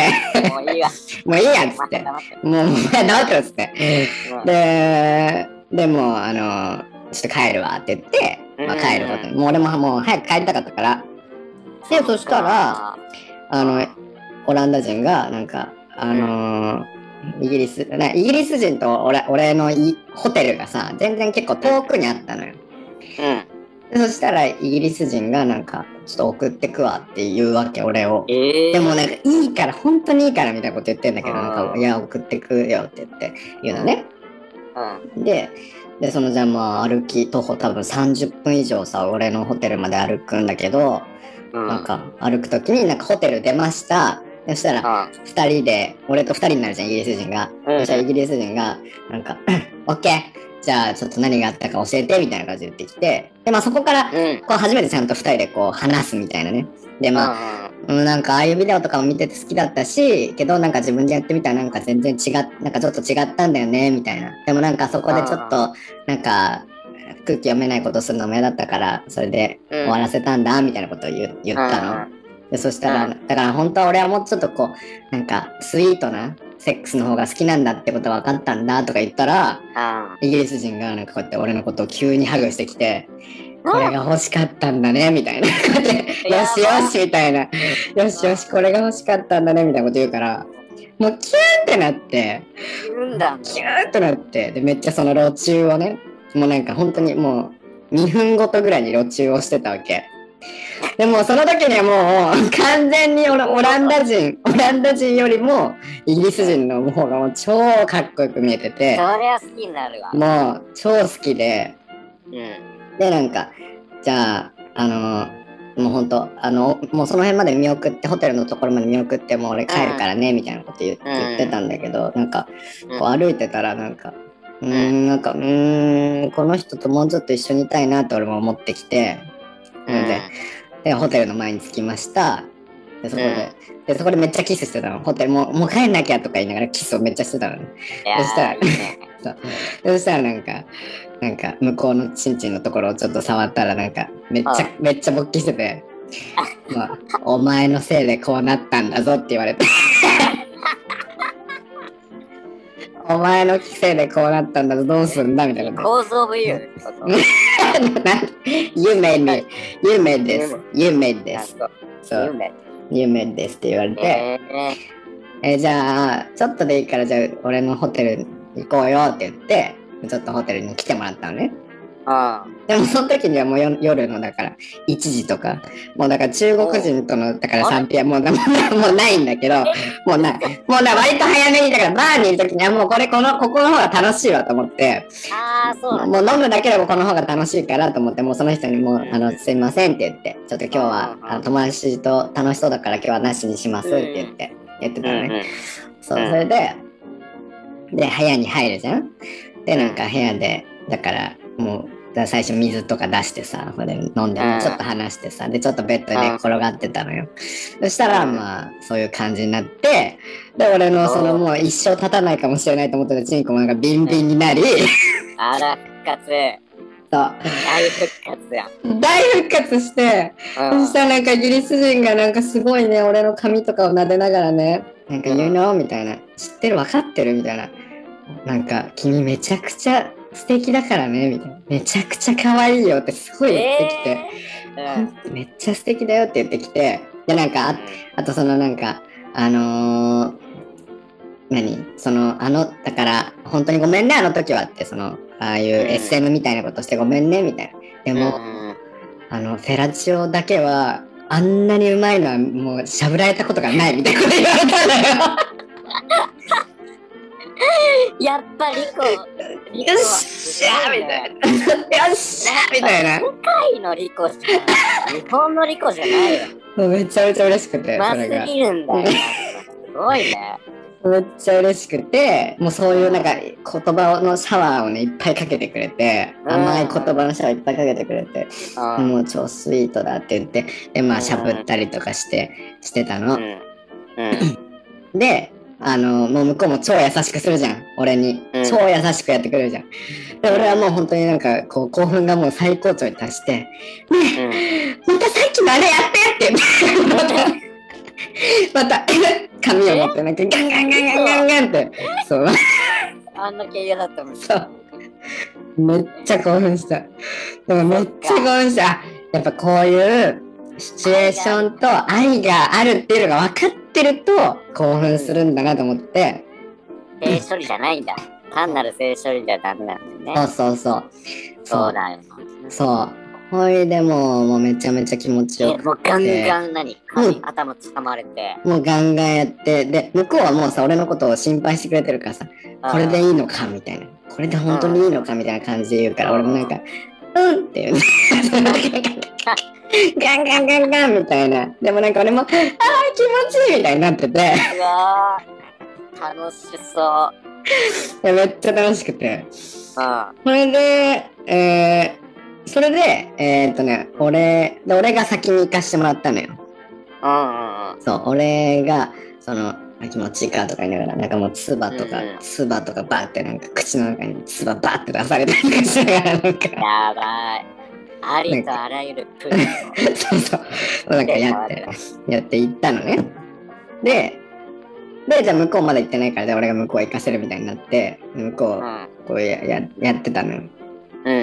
もういいや。もういいやっつって。もう、もう黙ってろっつって。で、でも、あの、ちょっと帰るわって言って、まあ、帰ることに。もう俺ももう早く帰りたかったから。で、そしたら、あの、オランダ人が、なんか、あのー、イギリス、ね、イギリス人と 俺, 俺のいホテルがさ全然結構遠くにあったのよ。うん、でそしたらイギリス人がなんかちょっと送ってくわって言うわけ俺を。えー、でもなんかいいから本当にいいからみたいなこと言ってんだけど、なんかいや送ってくよって言って言うのね。うん、ででそのじゃあまあ歩き徒歩多分さんじゅっぷん以上さ俺のホテルまで歩くんだけど、うん、なんか歩く時になんかホテル出ました。そしたらふたりで俺とふたりになるじゃんイギリス人が。そしたらイギリス人がなんか「オッケーじゃあちょっと何があったか教えて」みたいな感じで言ってきて、でまあそこからこう初めてちゃんとふたりでこう話すみたいなね。でまあ、うん、なんかああいうビデオとかも見てて好きだったしけどなんか自分でやってみたらなんか全然違っなんかちょっと違ったんだよねみたいな。でもなんかそこでちょっとなんか空気読めないことするのも嫌だったからそれで終わらせたんだみたいなことを 言, 言ったの。でそしたら、うん、だから本当は俺はもうちょっとこうなんかスイートなセックスの方が好きなんだってこと分かったんだとか言ったら、イギリス人がなんかこうやって俺のことを急にハグしてきて、これが欲しかったんだねみたいなよしよしみたいな、よしよしこれが欲しかったんだねみたいなこと言うから、もうキューンってなってキューンってなって、でめっちゃその路中をね、もうなんか本当にもうにふんごとぐらいに路中をしてたわけ。でもその時にはもう完全にオランダ人オランダ人よりもイギリス人の方がもう超かっこよく見えてて、 そりゃ好きになるわ。 もう超好きで、うん、でなんかじゃああのもうほんとあのもうその辺まで見送ってホテルのところまで見送ってもう俺帰るからねみたいなこと言って、うん、言ってたんだけど、なんかこう歩いてたらなんかうーんなんかうーんこの人ともうちょっと一緒にいたいなって俺も思ってきて。で, でホテルの前に着きました。でそこで、うん、でそこでめっちゃキスしてたの。ホテルもうもう帰んなきゃとか言いながらキスをめっちゃしてたの。そしたらそうそしたらなんかなんか向こうのチンチンのところをちょっと触ったらなんかめっちゃめっちゃ勃起してて、まあ、お前のせいでこうなったんだぞって言われてお前のせいでこうなったんだぞどうすんだみたいな。 構造部言う You made me, you made this, you made this. そう、You made this って言われて、えー、えじゃあちょっとでいいからじゃあ俺のホテル行こうよって言ってちょっとホテルに来てもらったのね。あでもその時にはもう夜のだからいちじとかもうだから中国人とのだから賛否はもうもうもうないんだけどもうなもうな割と早めにだからバーにいる時にはもうこれこのここの方が楽しいわと思って、あそうなんもう飲むだけでもこの方が楽しいからと思ってもうその人にもうあのすいませんって言ってちょっと今日はあの友達と楽しそうだから今日はなしにしますって言って言ってたのね。そうそれでで部屋に入るじゃん。でなんか部屋でだからもう最初水とか出してさそれ飲んでちょっと話してさでちょっとベッドで転がってたのよ。そしたらまあそういう感じになってで俺のそのもう一生経たないかもしれないと思ってたチンコもなんかビンビンになりあら復活大復活やん。 大復活して、うん、そしたらなんかイギリス人がなんかすごいね、俺の髪とかを撫でながらね、なんか言うの、うん、みたいな、知ってる、分かってるみたいな、なんか君めちゃくちゃ素敵だからねみたいな、めちゃくちゃ可愛いよってすごい言ってきて、えー、めっちゃ素敵だよって言ってきて、でなんか あ, あとそのなんかあのー、何そのあのだから本当にごめんねあの時はって、そのああいう エスエム みたいなことしてごめんねみたいな、でも、うん、あのフェラチオだけはあんなにうまいのはもうしゃぶられたことがないみたいなこと言われたんだよ。 やっぱりこうよっしゃーみたいなよっしゃーみたいな、 世界のリコじゃん、日本のリコじゃないよ。 もうめちゃめちゃ嬉しくて、 うますぎるんだよ。すごいね。 めっちゃ嬉しくて、もうそういうなんか言葉のシャワーをねいっぱいかけてくれて、甘い言葉のシャワーいっぱいかけてくれて、うん、もう超スイートだって言って、でまあしゃぶったりとかしてしてたの、うんうん、であのもう向こうも超優しくするじゃん俺に、うん、超優しくやってくれるじゃん。で俺はもう本当になんかこう興奮がもう最高潮に達して「ねえ、うん、またさっきのあれやって」って言ってまた紙を持ってなんかガンガンガンガンガンガンってそうあんな経由だったもん。 そうめっちゃ興奮した。でもめっちゃ興奮した。やっぱこういうシチュエーションと愛があるっていうのが分かってると興奮するんだなと思って。 性処理じゃないんだ。単なる性処理じゃダメなんだよね。 そうそうそうそうだよ。 そうほいでもう、もうめちゃめちゃ気持ちよくて、 もうガンガン何髪頭つかまれて、 もうガンガンやって、で向こうはもうさ俺のことを心配してくれてるからさ、これでいいのかみたいな、これで本当にいいのかみたいな感じで言うから、俺もなんかうんって言うガンガンガンガンみたいな。でもなんか俺もあー気持ちいいみたいになってて、 うわー楽しそう。 いやめっちゃ楽しくて、 あそれでえーそれで、えー、っとね、俺、で、俺が先に行かしてもらったのよ。 うんうん。 そう、俺が、その、気持ちいいかとか言いながら、なんかもう、唾とか、うんうん、唾とかバーって、なんか口の中に唾バーって出されたりとかしながら、なんか。 やばい。ありとあらゆるプール。 そうそう。なんかやって、やって行ったのね。で、で、じゃあ向こうまだ行ってないから、で、俺が向こう行かせるみたいになって、向こう、うん、こうや、や、やってたのよ。 うんうん。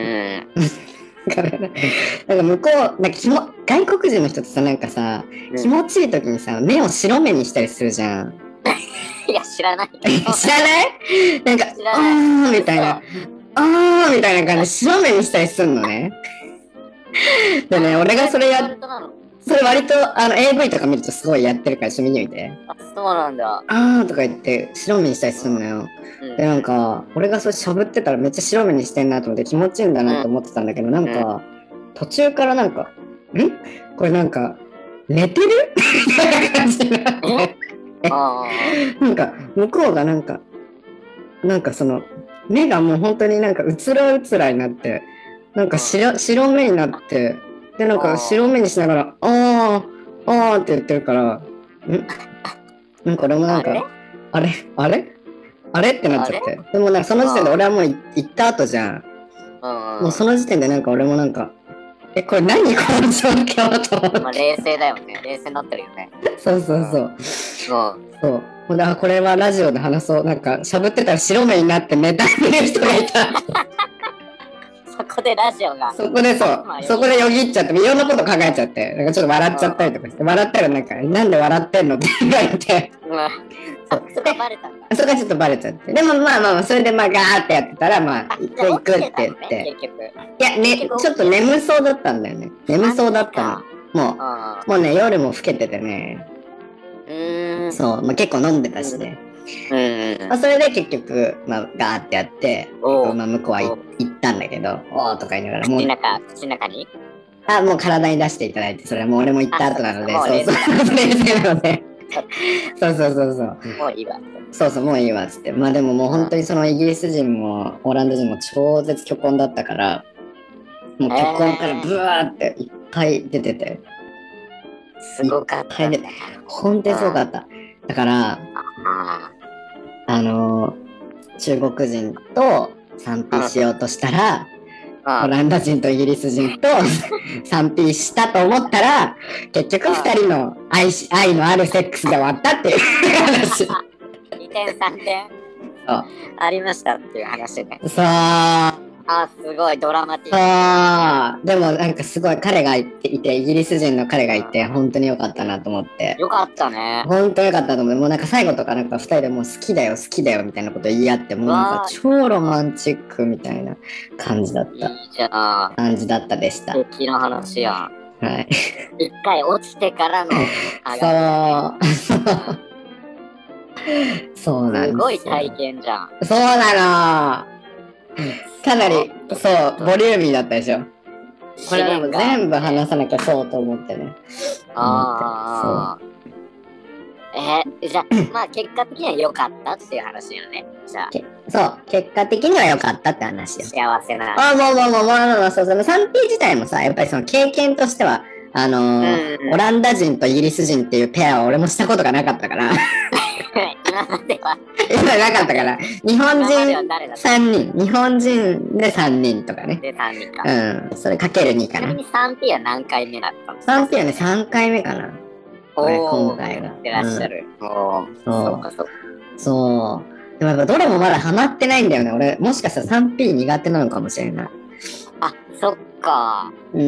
なんか向こうなんか気も外国人の人ってさなんかさ、うん、気持ちいい時にさ目を白目にしたりするじゃん。 いや知らない知らないなんかあーみたいなあーみたいな感じで白目にしたりすんのね。でね俺がそれやそれ割とあの エーブイ とか見るとすごいやってるからちょっと見てみて。 あそうなんだ。 あーとか言って白目にしたりすんのよ。うん、でなんか俺がそれしゃぶってたらめっちゃ白目にしてんなと思って気持ちいいんだなと思ってたんだけど、うん、なんか、うん、途中からなんかんこれなんか寝てるみたいな感じになってなんか向こうがなんかなんかその目がもう本当になんかうつらうつらになってなんか白白目になってでなんか白目にしながらあーあーって言ってるからんなんか俺もなんかあれあれあれってなっちゃって。でもなんかその時点で俺はもう行った後じゃん。もうその時点でなんか俺もなんかえこれ何この状況と思って。 まあ冷静だよね。冷静になってるよね。 そうそうそう。そうそう。だからこれはラジオで話そう。なんか喋ってたら白目になって寝たってる人がいた。 そこでラジオが。 そこでそう。そこでよぎっちゃっていろんなこと考えちゃって、なんかちょっと笑っちゃったりとかして、笑ったらなんかなんで笑ってんのって言われて。 そそこバレたんだ。 そこはちょっとバレちゃって。でもまあまあそれでまあガーってやってたらまあ行く行くって言って。いやねちょっと眠そうだったんだよね。眠そうだったの。もうもうね夜も更けててね。 うーん。 そうまあ結構飲んでたしね。うんまあ、それで結局まあガーってやってまあ向こうは行ったんだけどおーとか言いながらもう口の中口の中にあもう体に出していただいてそれはもう俺も行った後なのでそうそう冷静なのでそうそうそうそうもういいわそうそうもういいわっつってまあでももう本当にそのイギリス人もオランダ人も超絶巨根だったからもう巨根からブワーっていっぱい出ててすごかったいっぱいで本当にすごかっただからあのー、中国人と賛否しようとしたらオランダ人とイギリス人と スリーピー したと思ったら、結局ふたりの 愛, し愛のあるセックスで終わったっていう話。 にてんさんてんありましたっていう話ね。 そう。 あ、すごいドラマティック。 ああ、でもなんかすごい彼がいて、いてイギリス人の彼がいて、本当に良かったなと思って。 よかったね。 本当良かったと思う。もうなんか最後とかなんかふたりでもう好きだよ、好きだよみたいなこと言い合って、もうなんか超ロマンチックみたいな感じだった。 いいじゃん。 感じだったでした。 素敵な話やん。 はい。 一回落ちてからの。 そう。そうなんです。 すごい体験じゃん。 そうなの。かなり、そう、ボリューミーだったでしょ。これはもう全部話さなきゃそうと思ってね。 ああ。えー、じゃあ、まあ結果的には良かったっていう話よね。じゃあ。 そう、結果的には良かったって話よ。 幸せな。 あ、もうもうもうもうもう、そうそう、スリーピー 自体もさ、やっぱりその経験としては、あのーうん、オランダ人とイギリス人っていうペアは俺もしたことがなかったから。 今までは今なかったから。日本人さんにん。日本人でさんにんとかね。 でさんにんか。 うん。それかけるにかな。 ちなみに スリーピー は何回目だったの？ スリーピー はね、さんかいめかな。これ、今回が。 やってらっしゃる。うん、おそうか、そうか。そう。でもやっぱどれもまだハマってないんだよね。俺、もしかしたら スリーピー 苦手なのかもしれない。 あ、そっか。 うん。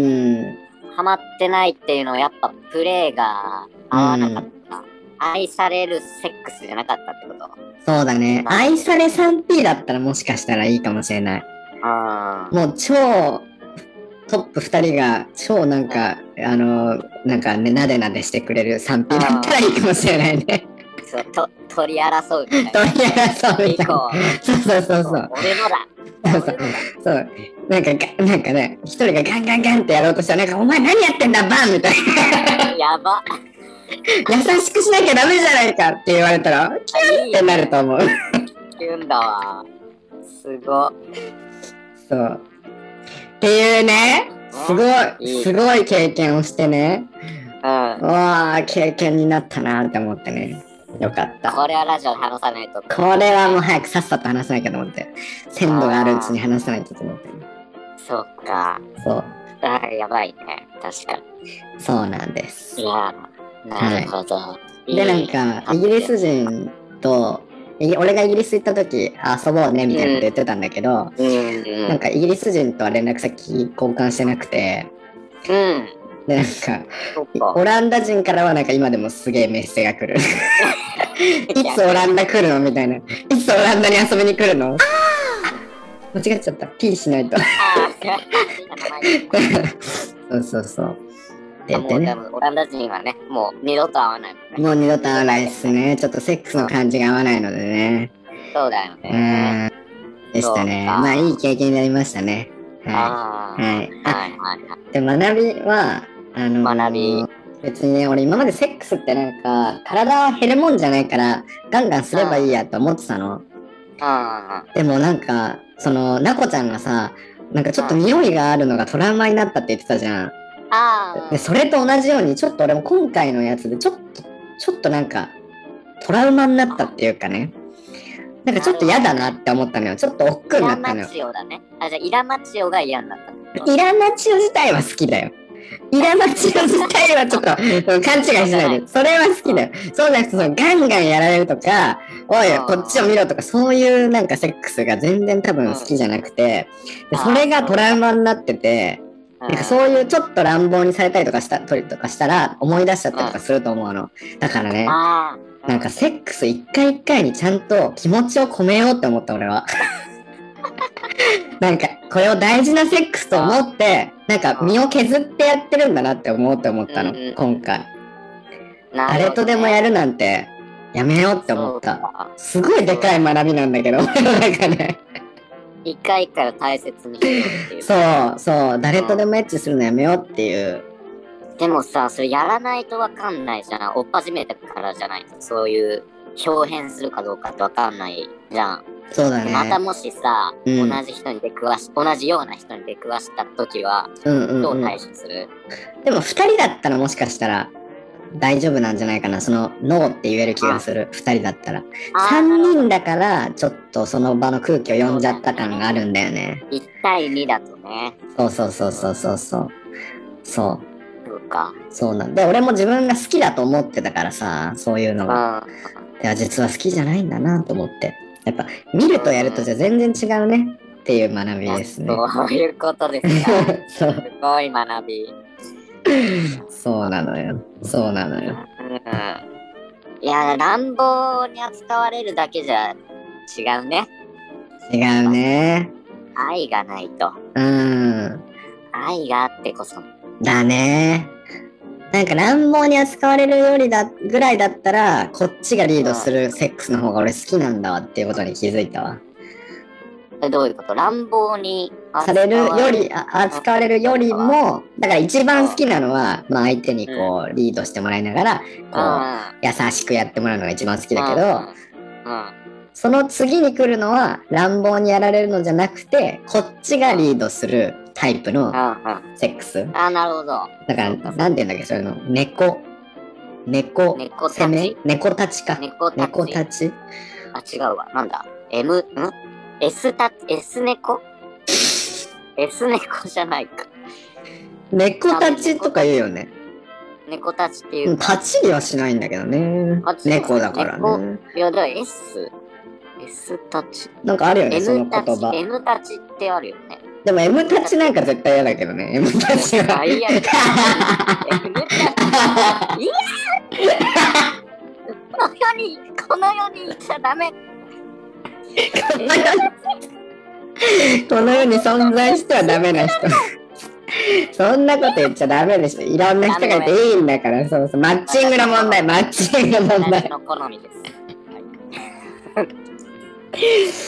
ハマってないっていうのはやっぱプレイが合わなかった。うん、愛されるセックスじゃなかったってこと？ そうだね。愛され スリーピー だったらもしかしたらいいかもしれない。 あもう超トップふたりが超なんか、あの、なんかね、なでなでしてくれる スリーピー だったらいいかもしれないね。 そう、と、取り争うみたいな。 取り争うみたいな。そうそうそうそう。 俺のだ。 そうそう。そう。なんか、なんかね、一人がガンガンガンってやろうとしたら、なんか、お前何やってんだ、バンみたいな。 やば。 優しくしなきゃダメじゃないかって言われたら、キュンってなると思う。 キュンだわ。すご。 そう。っていうね、すごい、すごい経験をしてね。うん。わあ、経験になったなって思ってね。よかった。 これはラジオで話さないと。 これはもう早くさっさと話さなきゃと思って。鮮度があるうちに話さないとと思って、ね。 そっか。 そう。 あやばいね。確かに。 そうなんです。 いや、なるほど。はい、で、なんか、イギリス人と、俺がイギリス行った時遊ぼうねみたいなこと言ってたんだけど、うんうん、なんかイギリス人とは連絡先交換してなくて、 うん、 でなんかオランダ人からはなんか今でもすげえメッセが来るいつオランダ来るのみたいな、いつオランダに遊びに来るの、間違っちゃった、ピーしないとそうそうそうって言ってね、もうオランダ人はね、もう二度と会わないもんね。 もう二度と会わないですね。ちょっとセックスの感じが合わないのでね。 そうだよね。 うん。でしたね。まあいい経験になりましたね。 はい。はい。はい。はい。 で、学びは、あのー、 学び。 別にね、俺今までセックスってなんか、体は減るもんじゃないから、ガンガンすればいいやと思ってたの。でもなんか、その、なこちゃんがさ、なんかちょっと匂いがあるのがトラウマになったって言ってたじゃん。 あでそれと同じようにちょっと俺も今回のやつでちょっとちょっとなんかトラウマになったっていうかね、なんかちょっと嫌だなって思ったのよ。ちょっと億劫になったのよ。 イラマチオだね。あ、じゃあイラマチオが嫌になったの。イラマチオ自体は好きだよ。イラマチオ自体はちょっと勘違いしないで。それは好きだよ。そうじゃなくてそのガンガンやられるとか、おいこっちを見ろとか、そういうなんかセックスが全然多分好きじゃなくて、でそれがトラウマになってて、なんかそういうちょっと乱暴にされたりとかしたとりとかしたら思い出しちゃったりとかすると思うの。だからね、なんかセックス一回一回にちゃんと気持ちを込めようって思った俺は。なんかこれを大事なセックスと思って、なんか身を削ってやってるんだなって思うって思ったの、今回。誰とでもやるなんてやめようって思った。すごいでかい学びなんだけど、俺の中で。 一回一回を大切にしてるっていう。 そうそう、誰とでもエッチするのやめようっていう。 でもさ、それやらないとわかんないじゃん。追っ始めてからじゃないと、そういう表現するかどうかってわかんないじゃん。 そうだね。 またもしさ、うん、同じ人に出くわし、同じような人に出くわした時は、うんうんうん、どう対処する？ でも二人だったらもしかしたら大丈夫なんじゃないかな。そのノーって言える気がする。ふたりだったら。さんにんだからちょっとその場の空気を読んじゃった感があるんだよね。 いち対にだとね。 そうそうそうそうそうそう。そう。 そうか。 そうなんで、俺も自分が好きだと思ってたからさ、そういうのが。いや、実は好きじゃないんだなと思って。やっぱ、見るとやるとじゃ全然違うねっていう学びですね。 そういうことですか。そうすごい学び。 そうなのよ。そうなのよ。 うん、いや、乱暴に扱われるだけじゃ違うね。 違うね。 愛がないと。 うん。 愛があってこそ。 だね。なんか乱暴に扱われるよりだぐらいだったら、こっちがリードするセックスの方が俺好きなんだわっていうことに気づいたわ。 え、どういうこと？乱暴にされるより、扱われるよりも、だから一番好きなのは、まあ相手にこうリードしてもらいながら、こう優しくやってもらうのが一番好きだけど、その次に来るのは乱暴にやられるのじゃなくて、こっちがリードするタイプのセックス。 あ、なるほど。 だから、なんて言うんだっけ、それの、猫、猫、 猫攻め猫立ちか。 猫立ち。 あ、違うわ。なんだ ?M、ん ?S タッチ、S 猫 ?S 猫じゃないか。 猫立ちとか言うよね。 猫立ちっていう。 立ちにはしないんだけどね。猫だからね。 いや、だから S、S タッチ。 なんかあるよね、その言葉。 M 立ちってあるよね。 でも M 立ちなんか絶対嫌だけどね。M 立ちは。 最悪。M 立ち。いやこの世に、この世にいちゃダメ。 この世に存在してはダメな人。そんなこと言っちゃダメでしょ。いろんな人がいていいんだから、そうそう。マッチングの問題、マッチングの問題。 私の好みです。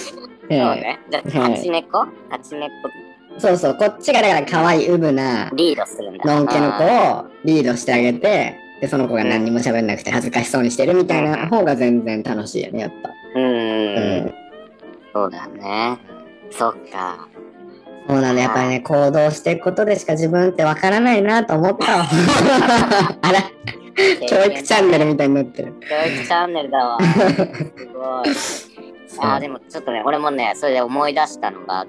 そうね。じゃあ、立ち猫立ち猫。 そうそう、こっちがだから可愛いうぶな、 リードするんだ。 のんけの子をリードしてあげて、で、その子が何にも喋んなくて恥ずかしそうにしてるみたいな方が全然楽しいよね、やっぱ。 うん。うん、そうだね。そっか。 そうなんだ、やっぱりね、行動していくことでしか自分ってわからないなと思ったわ。あら、教育チャンネルみたいになってる。 教育チャンネルだわ。すごい。あーでもちょっとね、俺もね、それで思い出したのがあって、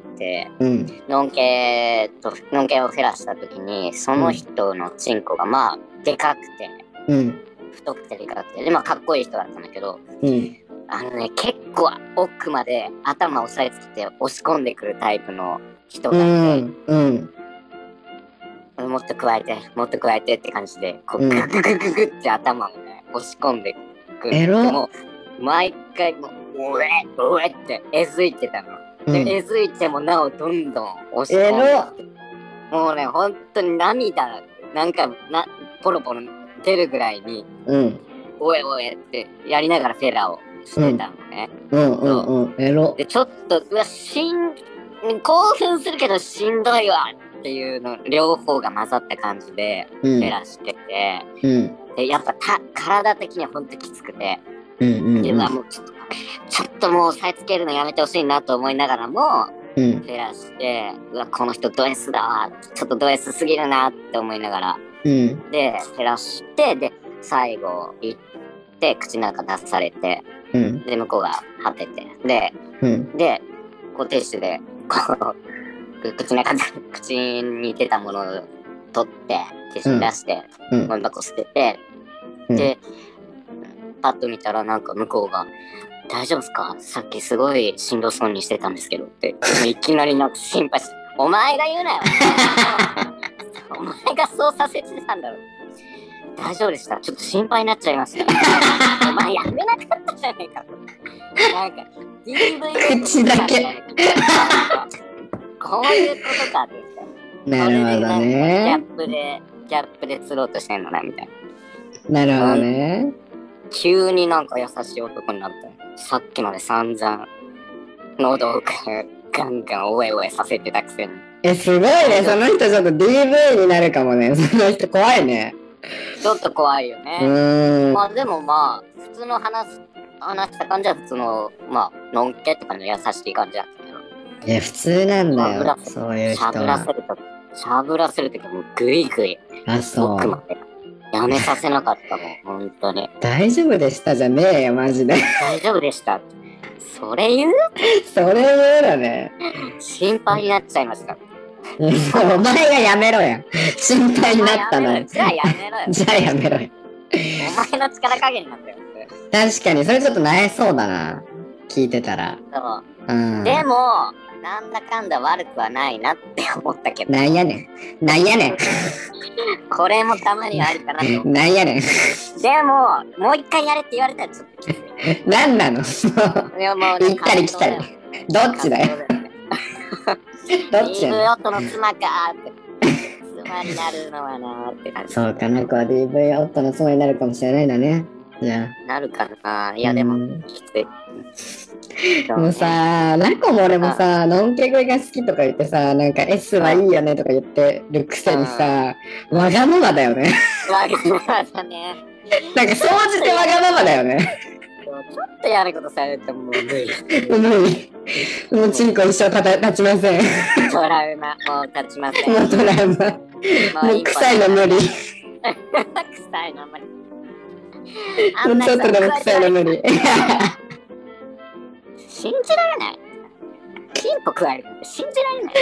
うん、のんけと、のんけをフェラした時に、その人のチンコがまあ、でかくて、うん、太くてでかくて、で、まあ、かっこいい人だったんだけど、うん、あのね、結構奥まで頭を押さえつけて押し込んでくるタイプの人がいて、うんうん、もっと加えて、もっと加えてって感じで、こう、グググググって頭をね、押し込んでくる。 エロ？ でも毎回もう、うえうえってえずいてたの。で、うん、えずいてもなおどんどん押し込んで、もうね、ほんとに涙、なんかな、ポロポロ出るぐらいに、うん、おえおえってやりながらフェラをしてたのね。 うんうんうん、エロ。 で、ちょっと、うわ、しん、興奮するけどしんどいわっていうの、両方が混ざった感じで、フェラしてて、うん、で、やっぱた、体的にはほんときつくて、うんうんうん、でうわもうちょっとちょっともう押さえつけるのやめてほしいなと思いながらも、うん、フェラしてうわこの人ド S だわちょっとド S すぎるなって思いながら、うん、でフェラしてで最後行って口の中出されて、うん、で向こうが果ててで、うん、でこうティッシュでこう口の中口に入れたものを取ってティッシュ出して、うん、ゴミ箱捨てて、うん、でパッと見たらなんか向こうが大丈夫っすかさっきすごいしんどそうにしてたんですけどっていきなりなんか心配してお前が言うなよお前がそうさせてたんだろ大丈夫でしたちょっと心配になっちゃいましたお前やめなかったじゃねえかなんか ディーブイ口だけこういうことかって言ったなるほどねギャップでギャップで釣ろうとしてんのなみたいななるほどね急になんか優しい男になったさっきまで散々喉をガンガンおえおえさせてたくせにえすごいねその人ちょっと ディーブイ になるかもねその人怖いねちょっと怖いよねうんまあでもまあ普通の話話した感じは普通のまあのんけって感じの優しい感じだったけどいや普通なんだよそういう人はしゃぶらせるとしゃぶらせるときもグイグイあそう奥までやめさせなかったもん、本当に。 大丈夫でしたじゃねえよ、マジで。 大丈夫でした。それ言うそれ言うだね。 心配になっちゃいました。 お前がやめろや。心配になったの。 じゃあやめろよ。 じゃあやめろよ。 お前の力加減なんだよ。 確かに、それちょっとなえそうだな。聞いてたら。 そう。 うん、 でも、なんだかんだ悪くはないなって思ったけど。 なんやねん。なんやねん。 これもたまにはありかなと思った。 なんやねん。 でも、もう一回やれって言われたらちょっときつい。 なんなのいやもう、ね、 行ったり来たり。どっちだよ。どっちだよ。ディーブイ 夫の妻かーって。妻になるのはなーって感じ。 そうかな、こう ディーブイ 夫の妻になるかもしれないんだね。じゃあ。なるかな。いやでも、きつい。 もうさ、ラコも俺もさ、のんけ食いが好きとか言ってさ、なんか S はいいよねとか言ってるくせにさ、わがままだよね。 わがままだね。 なんか総じてわがままだよね。 ちょっとやることされるともう無理。 無理。もうチンコ一生立ちません。 トラウマ、もう立ちません。 もうトラウマ。もう臭いの無理。 臭いの無理。 もうちょっとでも臭いの無理。 信じられない。チンポ食われるって信じられない。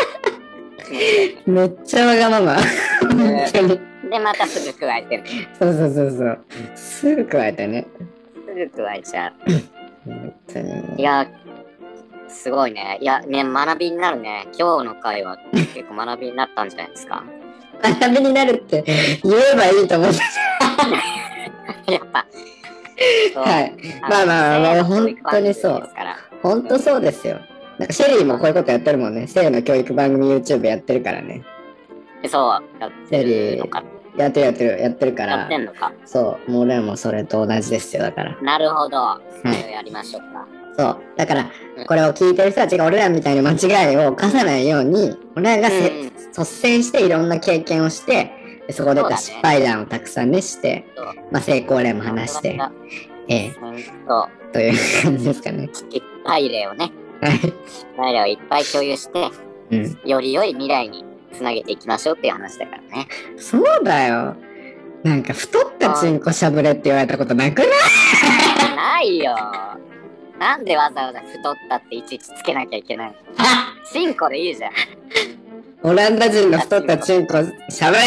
めっちゃわがまま。本当に。 で、またすぐ食われてる。 そうそうそうそう。すぐ食われてね。 すぐ食われちゃう。 本当に。 いや、すごいね。いや、ね、学びになるね。今日の回は結構学びになったんじゃないですか。 学びになるって言えばいいと思ってやっぱ。 はい。まあまあまあ、本当にそう。本当そうですよ。なんかシェリーもこういうことやってるもんね。性の教育番組 YouTube やってるからね。 そう、やってるのか。 やってるやってる、やってるから。 やってんのか。 そう、もう俺もそれと同じですよ、だから。 なるほど。それをやりましょうか。 そう。だから、これを聞いてる人たちが俺らみたいな間違いを犯さないように、俺らがせ、うん、率先していろんな経験をして、そこで失敗談をたくさんねして、まあ成功例も話して、ええ、という感じですかね。 失敗例をね、失敗例をいっぱい共有して、うん、より良い未来につなげていきましょうっていう話だからね。 そうだよ。なんか太ったチンコしゃぶれって言われたことなくない？ ないよ。なんでわざわざ太ったっていちいちつけなきゃいけないの？チンコでいいじゃん。 オランダ人の太ったチンコしゃぶれ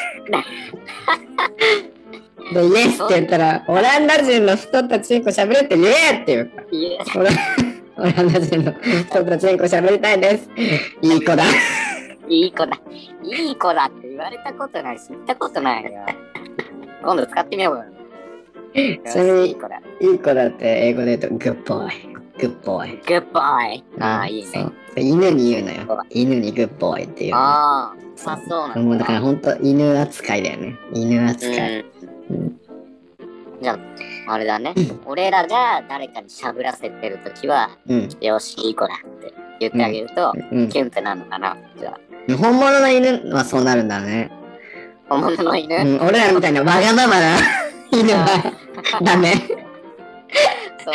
で、イエスって言ったら、オランダ人の太ったチンコしゃぶれって言えって言うから。オラ、オランダ人の太ったチンコしゃぶりたいです。いい子だ。 いい子だ。いい子だって言われたことないし、言ったことないよ。今度使ってみようよ。 それいい子だ。いい子だって英語で言うと、グッボーイ。グッボーイ。 グッボーイ。ああ、いいね。 犬に言うのよ。犬にグッボーイっていう。 ああ、そうそうなんだ。 もうだから本当犬扱いだよね。犬扱い。 うん、じゃあ、あれだね。俺らが誰かにしゃぶらせてるときは、うん、よし、いい子だって言ってあげると、うんうん、キュンってなるのかな。じゃあ。 本物の犬はそうなるんだね。 本物の犬、 うん、俺らみたいなわがままな犬はダメ。 そう。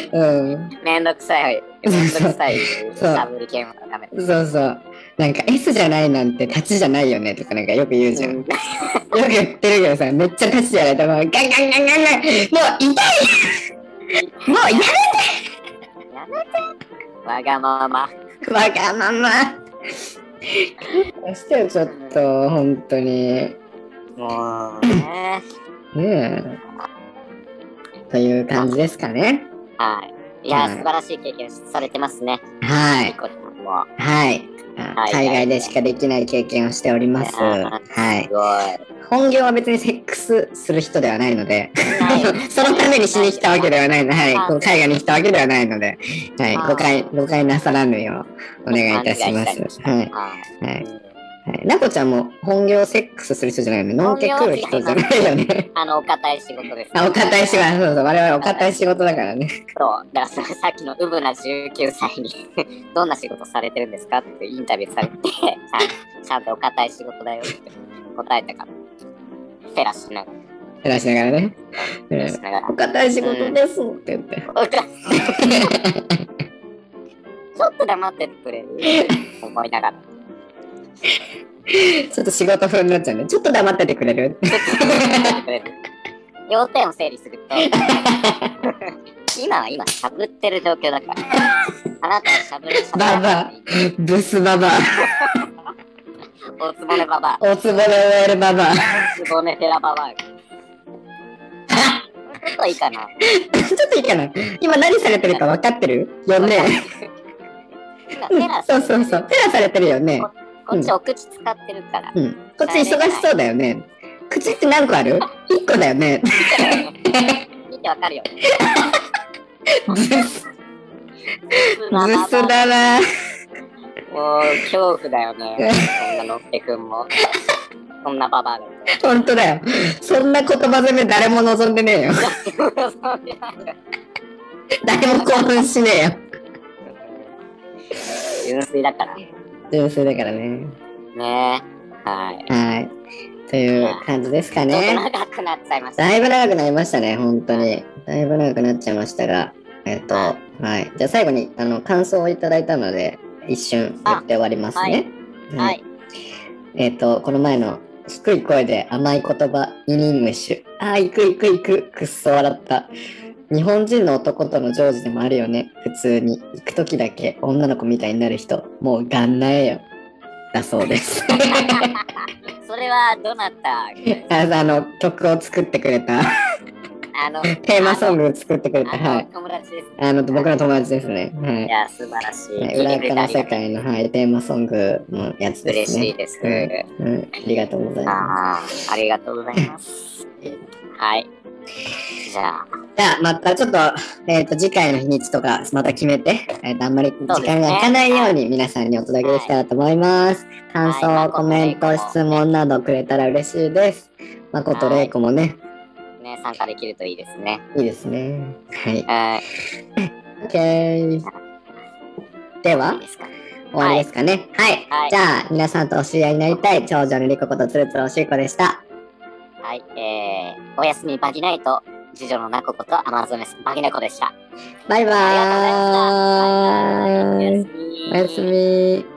うん。めんどくさい。めんどくさい。しゃぶり系もダメ。 そうそう。なんか S じゃないなんて立ちじゃないよねとかなんかよく言うじゃん。うん、よく言ってるけどさ、めっちゃ立ちじゃないともうガンガンガンガンガンもう痛いもうやめてやめてわがまま。 わがまましてよちょっと、本当に。 もうね。 ねえ。という感じですかね。 はい。いや、はい、素晴らしい経験されてますね。 はい。はい。海外でしかできない経験をしております。はい。本業は別にセックスする人ではないので、そのためにしに来たわけではないので、はい。こう海外に来たわけではないので、はい。誤解、誤解なさらぬようお願いいたします。はい。はい。はい、なこちゃんも本業セックスする人じゃないよね。のんけ食う人じゃないよね。 あの、お堅い仕事です、ね。 あ、お堅い仕事、そうそう、我々お堅い仕事だからね。 そう、だからさっきのウブなじゅうきゅうさいにどんな仕事されてるんですかってインタビューされて、ちゃんとお堅い仕事だよって答えたから。フェラしながら。 フェラしながらね。フェラしながら。お堅い仕事ですって言って。ちょっと黙っててくれる思いながら。 ちょっと仕事風になっちゃうね。ちょっと黙っててくれる？ 要点を整理すると、今は今しゃぶってる状況だから。あなたはしゃぶる。 ババア。ブスババア。 おつぼねババア。 おつぼね オーエル ババア。 おつぼねテラババア。ちょっといいかな。 ちょっといいかな。今何されてるか分かってるよね。そうそうそう。テラされてるよね。 こっちお口使ってるから。 うん。こっち忙しそうだよね。口って何個ある？一個だよね。 見てわかるよ。 ブス。ブスだな。 もう恐怖だよね。そんなのっけくんも。そんなババアが。 ほんとだよ。そんな言葉攻め誰も望んでねえよ。誰も興奮しねえよ。 純粋だから。 純粋だからね。 ねえ。はい。 はい。という感じですかね。 ちょっと長くなっちゃいました。 だいぶ長くなりましたね、本当に。だいぶ長くなっちゃいましたが。えっと、はい。じゃあ最後に、あの、感想をいただいたので、一瞬言って終わりますね。 はい。はい、 えっと、この前の低い声で甘い言葉、イニングッシュ。ああ、行く行く行く。くっそ笑った。日本人の男との常時でもあるよね。普通に。行くときだけ女の子みたいになる人。もうがんなえよ。だそうです。 それはどなたああの、曲を作ってくれた。あの、テーマソングを作ってくれた。はい。 友達です。 あの、僕の友達ですね。はい。 いや、素晴らしい。 裏垢の世界の、はい、テーマソングのやつですね。 嬉しいです。 うん。うん。ありがとうございます。 ああ、ありがとうございます。はい。じゃあ。 じゃあ、またちょっと、えっと、次回の日にちとか、また決めて、えっと、あんまり時間が空かないように皆さんにお届けできたらと思います。感想、コメント、質問などくれたら嬉しいです。まことれいこもね。 ね、参加できるといいですね。 いいですね。はい。 はい。 OK。では、終わりですかね。はい。はい、じゃあ、皆さんとお知り合いになりたい、長女のりこことつるつるおしいこでした。 はい。えー、おやすみバギナイト、次女のなこことアマゾネスバギネコでした。 バイバーイ。 ありがとうございました。 おやすみ。おやすみ。